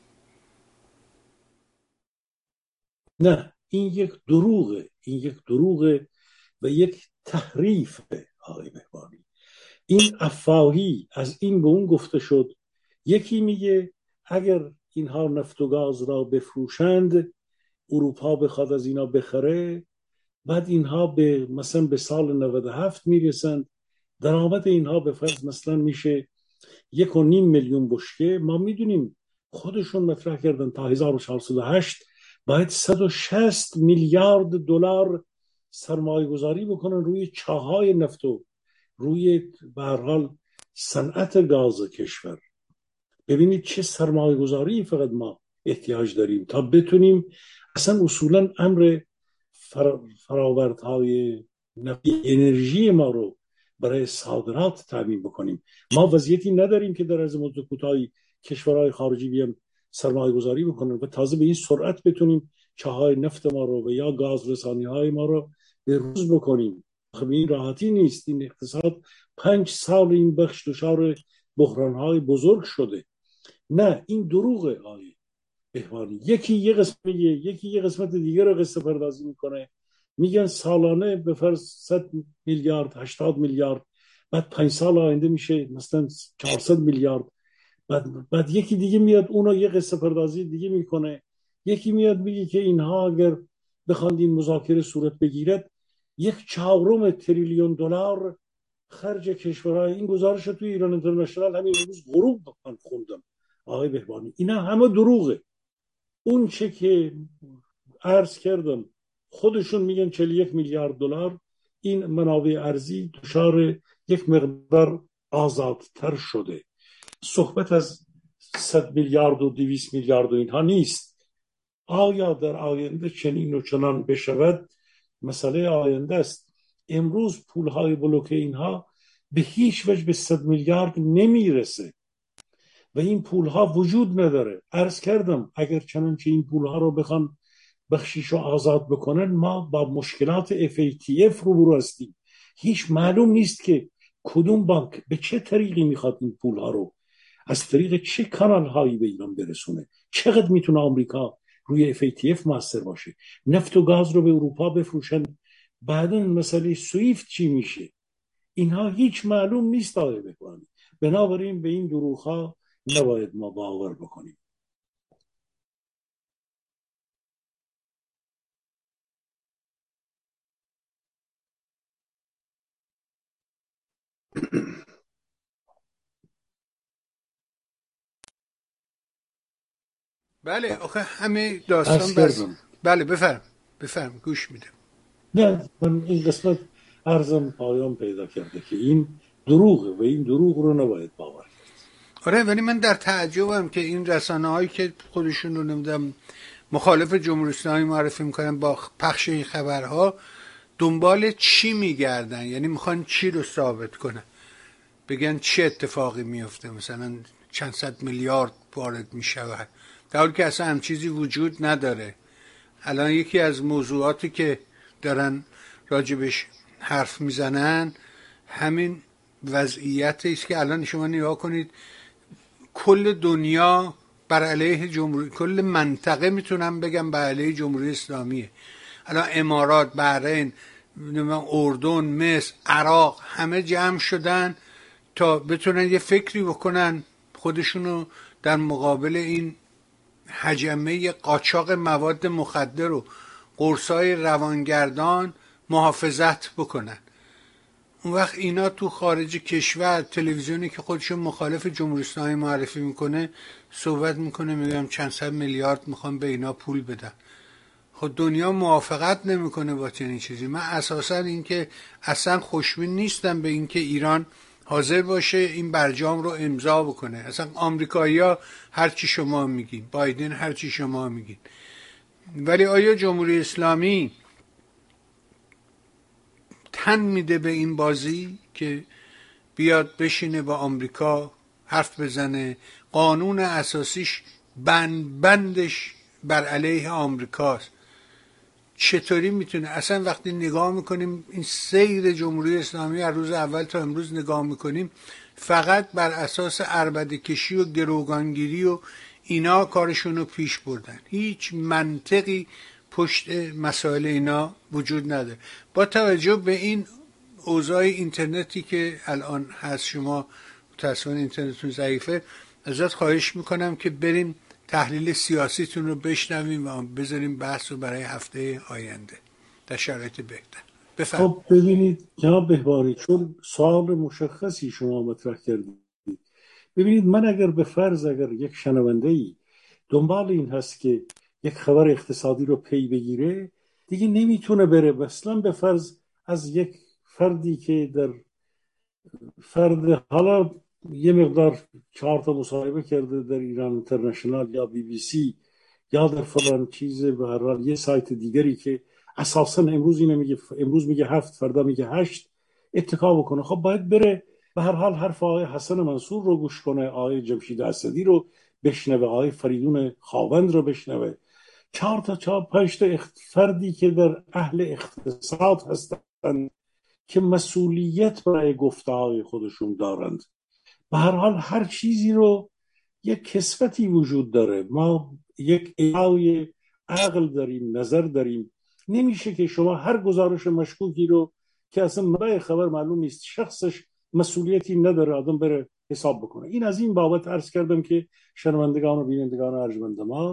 نه، این یک دروغه. این یک دروغه و یک تحریفه آقای بهبانی. این افواهی از این به اون گفته شد. یکی میگه اگر اینها نفت و گاز را بفروشند، اروپا بخواد از اینا بخره، بعد اینها به مثلا به سال نود و هفت میرسند، درآمد اینها به فرض مثلا میشه یک و نیم میلیون بشکه. ما میدونیم خودشون مطرح کردن تا هزار و چهارصد و هشت باید صد و شصت میلیارد دلار سرمایه گذاری بکنن روی چاهای نفت و روی به هر حال صنعت گاز کشور. ببینید چه سرمایه گذاری فقط ما احتیاج داریم تا بتونیم اصلا اصولا امر فراوردهای نفتی انرژی ما رو برای صادرات تامین بکنیم. ما وضعیتی نداریم که در از مدت کوتاهی کشورهای خارجی بیان سرمایه گذاری بکنن و تازه به این سرعت بتونیم چاهای نفت ما رو و یا گاز رسانی های ما رو به روز بکنیم. خب این راحتی نیست. این اقتصاد پنج سال این بخش دچار بحران های بزرگ شده. نه، این دروغه آقای بهبانی. یکی یه قسمت میگه، یکی یه قسمت دیگه رو قصه پردازی میکنه. میگن سالانه به فرض صد میلیارد، هشتاد میلیارد، بعد پنج سال آینده میشه مثلا چهارصد میلیارد. بعد بعد یکی دیگه میاد اونو یه قصه پردازی دیگه میکنه. یکی میاد میگه که اینها اگر بخواند این مذاکره صورت بگیرد یک چهارم تریلیون دلار خرج کشورهای، این گزارش رو توی ایران اینترنشنال همین روز غروب من خوندم آقای بهبانی، اینا همه دروغه. اون چه که عرض کردم خودشون میگن چهل و یک میلیارد دلار، این منابع ارزی دچار یک مقدار آزادتر شده. صحبت از صد میلیارد و دویست میلیارد و اینها نیست. آیا در آینده چنین و چنان بشود؟ مسئله آینده است. امروز پولهای بلوک اینها به هیچ وجه به صد میلیارد نمیرسه و این پولها وجود نداره. عرض کردم اگر چنانچه این پولها رو بخوان بخشیش رو آزاد بکنن، ما با مشکلات اف ای تی اف روبرو هستیم. هیچ معلوم نیست که کدوم بانک به چه طریقی میخواد این پولها رو از طریق چه کانال هایی به ایران برسونه. چقدر میتونه آمریکا روی اف ای تی اف موثر باشه؟ نفت و گاز رو به اروپا بفروشن، بعدا مسئله سویفت چی میشه؟ اینها هیچ معلوم نیست آقای بهبانی. بنابراین به این دروغ‌ها نباید ما باور بکنیم. بله آخه همه داستان بس. بله بفرم بفرم گوش میدم. نه من این قسمت عرضم پایان پیدا کرده که این دروغه و این دروغ رو نباید باور کرد. آره ولی من در تعجبم که این رسانه هایی که خودشون رو نمیدونم مخالف جمهوری اسلامی معرفی میکنن با پخش این خبرها دنبال چی میگردن؟ یعنی میخوان چی رو ثابت کنن؟ بگن چه اتفاقی میفته؟ مثلا چند صد میلیارد وارد میشود، در حالی که اصلا هم چیزی وجود نداره. الان یکی از موضوعاتی که دارن راجبش حرف میزنن همین وضعیتی است که الان شما نگاه کنید کل دنیا بر علیه جمهوری، کل منطقه میتونم بگم بر علیه جمهوری اسلامیه. الان امارات، بحرین، اردن، مصر، عراق همه جمع شدن تا بتونن یه فکری بکنن خودشونو در مقابل این هجمه قاچاق مواد مخدر و قرصای روانگردان محافظت بکنن. اون وقت اینا تو خارج کشور تلویزیونی که خودشون مخالف جمهوری اسلامی معرفی میکنه صحبت میکنه میگم چند صد میلیارد میخوام به اینا پول بدن. خود دنیا موافقت نمیکنه با چنین چیزی. من اساسا اینکه اصلا خوشبین نیستم به اینکه ایران حاضر باشه این برجام رو امضا بکنه. اصلا آمریکایی‌ها هر چی شما میگین، بایدن هر چی شما میگین، ولی آیا جمهوری اسلامی تن میده به این بازی که بیاد بشینه با آمریکا حرف بزنه؟ قانون اساسیش بند بندش بر علیه آمریکاست. چطوری میتونه؟ اصلا وقتی نگاه میکنیم این سیر جمهوری اسلامی از روز اول تا امروز نگاه میکنیم فقط بر اساس عربده کشی و گروگانگیری و اینا کارشونو پیش بردن. هیچ منطقی پشت مسائل اینا وجود نداره. با توجه به این اوضاع اینترنتی که الان هست، شما متاسفانه اینترنتتون ضعیفه، ازت خواهش میکنم که بریم تحلیل سیاسیتون رو بشنویم و بذاریم بحث رو برای هفته آینده در شرایط بهتر. بفرم. خب ببینید جناب بهبانی، چون سوال مشخصی شما مطرح کردید، ببینید من اگر به فرض اگر یک شنونده‌ای دنبال این هست که یک خبر اقتصادی رو پی بگیره، دیگه نمیتونه بره اصلا به فرض از یک فردی که در فرد حالا یه مقدار چهار تا مصاحبه کرده در ایران اینترنشنال یا بی بی سی یا در فلان چیز، به هر حال یه سایت دیگری که اساسا امروز اینه میگه، امروز میگه هفت فردا میگه هشت، اتکا بکنه. خب باید بره به هر حال حرف آقای حسن منصور رو گوش کنه، آقای جمشید اسدی رو بشنوه، آقای فریدون خاوند رو بشنوه، چهار تا چهار پنج تا فردی که در اهل اقتصاد هستن که مسئولیت برای گفته‌های خودشون دارند. به هر حال هر چیزی رو یک کسوتی وجود داره. ما یک ایای عقل داریم، نظر داریم. نمیشه که شما هر گزارش مشکوکی رو که اصلا منبع خبر معلوم نیست، شخصش مسئولیتی نداره، آدم بره حساب بکنه. این از این بابت عرض کردم که شنوندگان و بینندگان ارجمند ما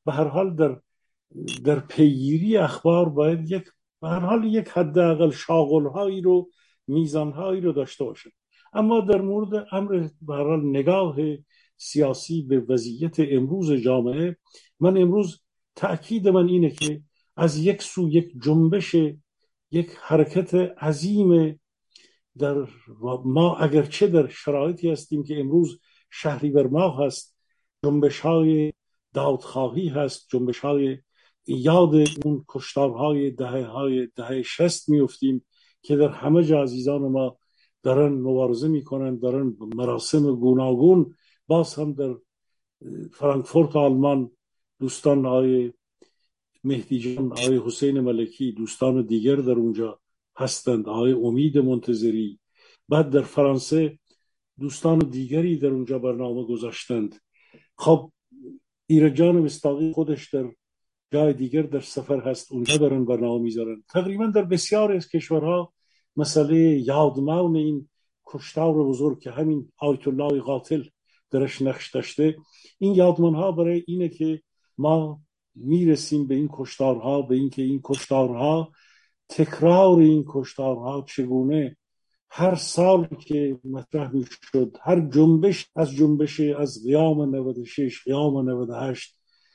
به هر حال در در پیگیری اخبار باید یک به هر حال یک حداقل شاغل‌هایی رو میزان‌هایی رو داشته باشه. اما در مورد امر به هر حال نگاه سیاسی به وضعیت امروز جامعه، من امروز تأکید من اینه که از یک سو یک جنبش، یک حرکت عظیم در ما، اگرچه در شرایطی هستیم که امروز شهریور ماه هست، جنبش های دادخواهی هست، جنبش های یاد اون کشتارهای دهه های دهه شست میفتیم که در همه جا عزیزان ما دارن مبارزه میکنن، دارن مراسم گوناگون. باز هم در فرانکفورت آلمان دوستان های مهدی جان، آقای حسین ملکی، دوستان دیگر در اونجا هستند، آقای امید منتظری. بعد در فرانسه دوستان دیگری در اونجا برنامه گذاشتند. خب ایرجان مستاقی خودش در جای دیگر در سفر هست، اونجا دارن برنامه میذارن. تقریبا در بسیاری از کشورها مسئله یادمان این کشتار بزرگ که همین آیت الله قاتل درش نقش داشته، این یادمان ها برای اینه که ما میرسیم به این کشتارها، به اینکه این کشتارها، تکرار این کشتارها چگونه هر سال که مطرح میشد، هر جنبش از جنبش از قیام نود و شش، قیام نود و هشت،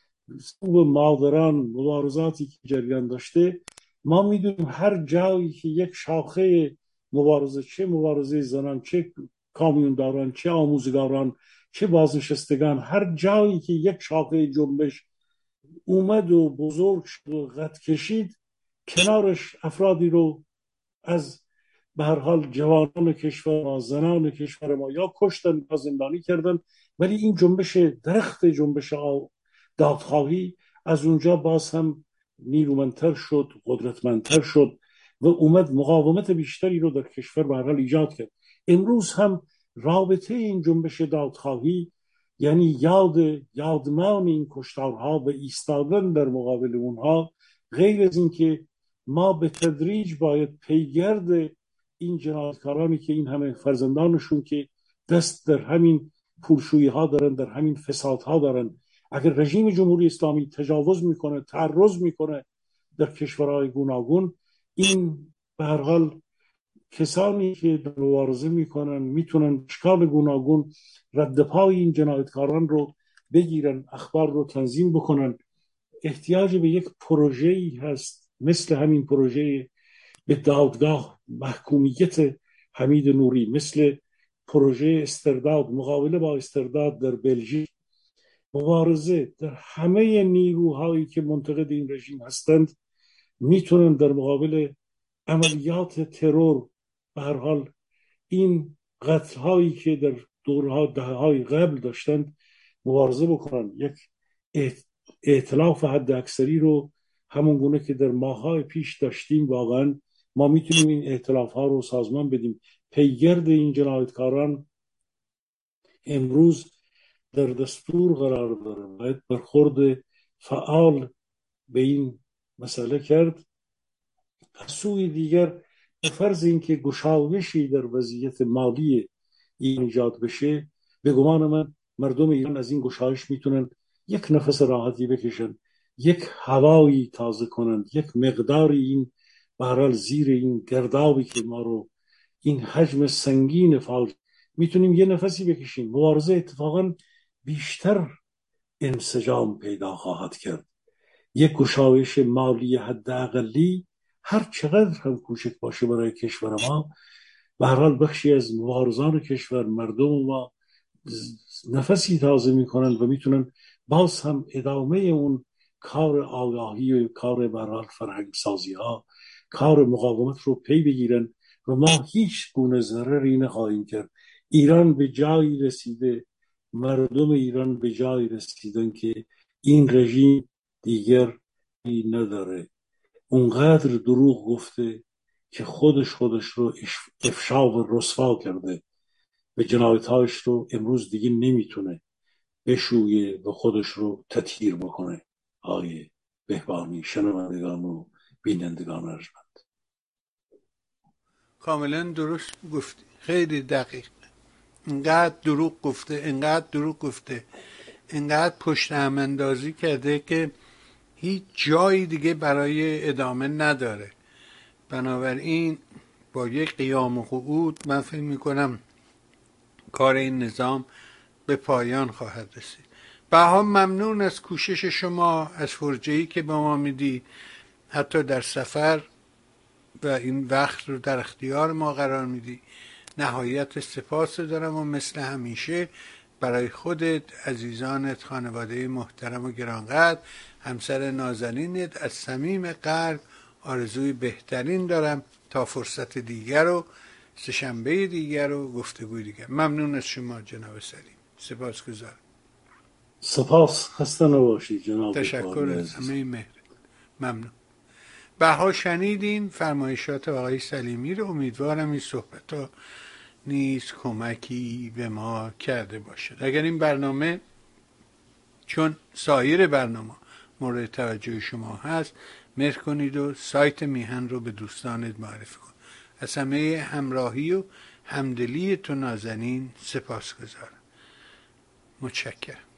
صوب مادران، مبارزاتی که جریان داشته، ما میدونیم هر جایی که یک شاخه مبارزه، چه مبارزه زنان، چه کامیونداران، چه آموزگاران، چه بازنشستگان، هر جایی که یک شاخه جنبش اومد و بزرگ شد و قد کشید، کنارش افرادی رو از به هر حال جوانان کشور ما، زنان کشور ما یا کشتن یا زندانی کردن. ولی این جنبش درخت جنبش دادخواهی از اونجا باز هم نیرومندتر شد، قدرتمندتر شد و اومد مقاومت بیشتری رو در کشور به هر حال ایجاد کرد. امروز هم رابطه این جنبش دادخواهی، یعنی یاد یادمان این کشتارها و ایستادن در مقابل اونها، غیر از این که ما به تدریج باید پیگرد این جنایتکارانی که این همه فرزندانشون که دست در همین پولشویی ها دارن، در همین فساد ها دارن، اگر رژیم جمهوری اسلامی تجاوز میکنه، تعرض میکنه در کشورهای گوناگون، این به هر حال کسانی که مبارزه میکنن میتونن اشکال گوناگون رد پای این جنایتکاران رو بگیرن، اخبار رو تنظیم بکنن. احتیاج به یک پروژه‌ای هست مثل همین پروژه به دادگاه محکومیت حمید نوری، مثل پروژه استرداد، مقابله با استرداد در بلژیک، مبارزه در همه نیروهایی که منتقد این رژیم هستند میتونن در مقابل عملیات ترور به هر حال این قتل هایی که در دورها دهه های قبل داشتند مبارزه بکنن. یک ائتلاف حد اکثری رو همون گونه که در ماه‌های پیش داشتیم، واقعا ما میتونیم این ائتلاف ها رو سازمان بدیم. پیگرد این جنایتکاران امروز در دستور قرار داره، باید برخورد فعال به این مسئله کرد. از سوی دیگر به فرض اینکه گشایشی در وضعیت مالی این ایجاد بشه، به گمان من مردم ایران از این گشایش میتونن یک نفس راحتی بکشن، یک هوایی تازه کنن، یک مقداری این به هر حال زیر این گردابی که ما رو، این حجم سنگین فاجعه، میتونیم یه نفسی بکشیم. مبارزه اتفاقا بیشتر انسجام پیدا خواهد کرد. یک گشایش مالی حداقلی هر چقدر هم کوچک باشه برای کشور ما، به هر حال بخشی از مبارزان کشور، مردم ما نفسی تازه میکنن و میتونن باز هم ادامه اون کار آگاهی و کار به هر حال فرهنگ سازی ها، کار مقاومت رو پی بگیرن و ما هیچ گونه ضرری نخواهیم کرد. ایران به جایی رسیده، مردم ایران به جایی رسیدن که این رژیم دیگر نداره. اونقدر دروغ گفته که خودش خودش رو افشا و رسوا کرده و جنایت‌هاش رو امروز دیگه نمیتونه بشویه و خودش رو تطهیر بکنه. آقای بهبانی، شنوندگان و بینندگان ارجمند، کاملا درست گفتی، خیلی دقیق. اینقدر دروغ گفته، اینقدر دروغ گفته اینقدر پشت هم اندازی کرده که هیچ جایی دیگه برای ادامه نداره. بنابراین با یک قیام و قعود من فکر میکنم کار این نظام به پایان خواهد رسید. بها ممنون از کوشش شما، از فرجه‌ای که به ما میدی، حتی در سفر و این وقت رو در اختیار ما قرار میدی. نهایت سپاس دارم و مثل همیشه برای خودت، عزیزانت، خانواده محترم و گرانقدر، همسر نازنینت از صمیم قلب آرزوی بهترین دارم تا فرصت دیگر و سه‌شنبه دیگر و گفتگوی دیگر. ممنون از شما جناب سلیم. سپاس گذارم. سپاس، خسته نباشید جناب تشکر از عزیز. همه مهر. ممنون. بها شنیدین فرمایشات آقای سلیمی رو. امیدوارم این صحبت ها نیز کمکی به ما کرده باشد. اگر این برنامه چون سایر برنامه مورد توجه شما هست، مهر کنید و سایت میهن رو به دوستانت معرفی کن. از همه همراهی و همدلی تو نازنین سپاس گذارم. متشکرم.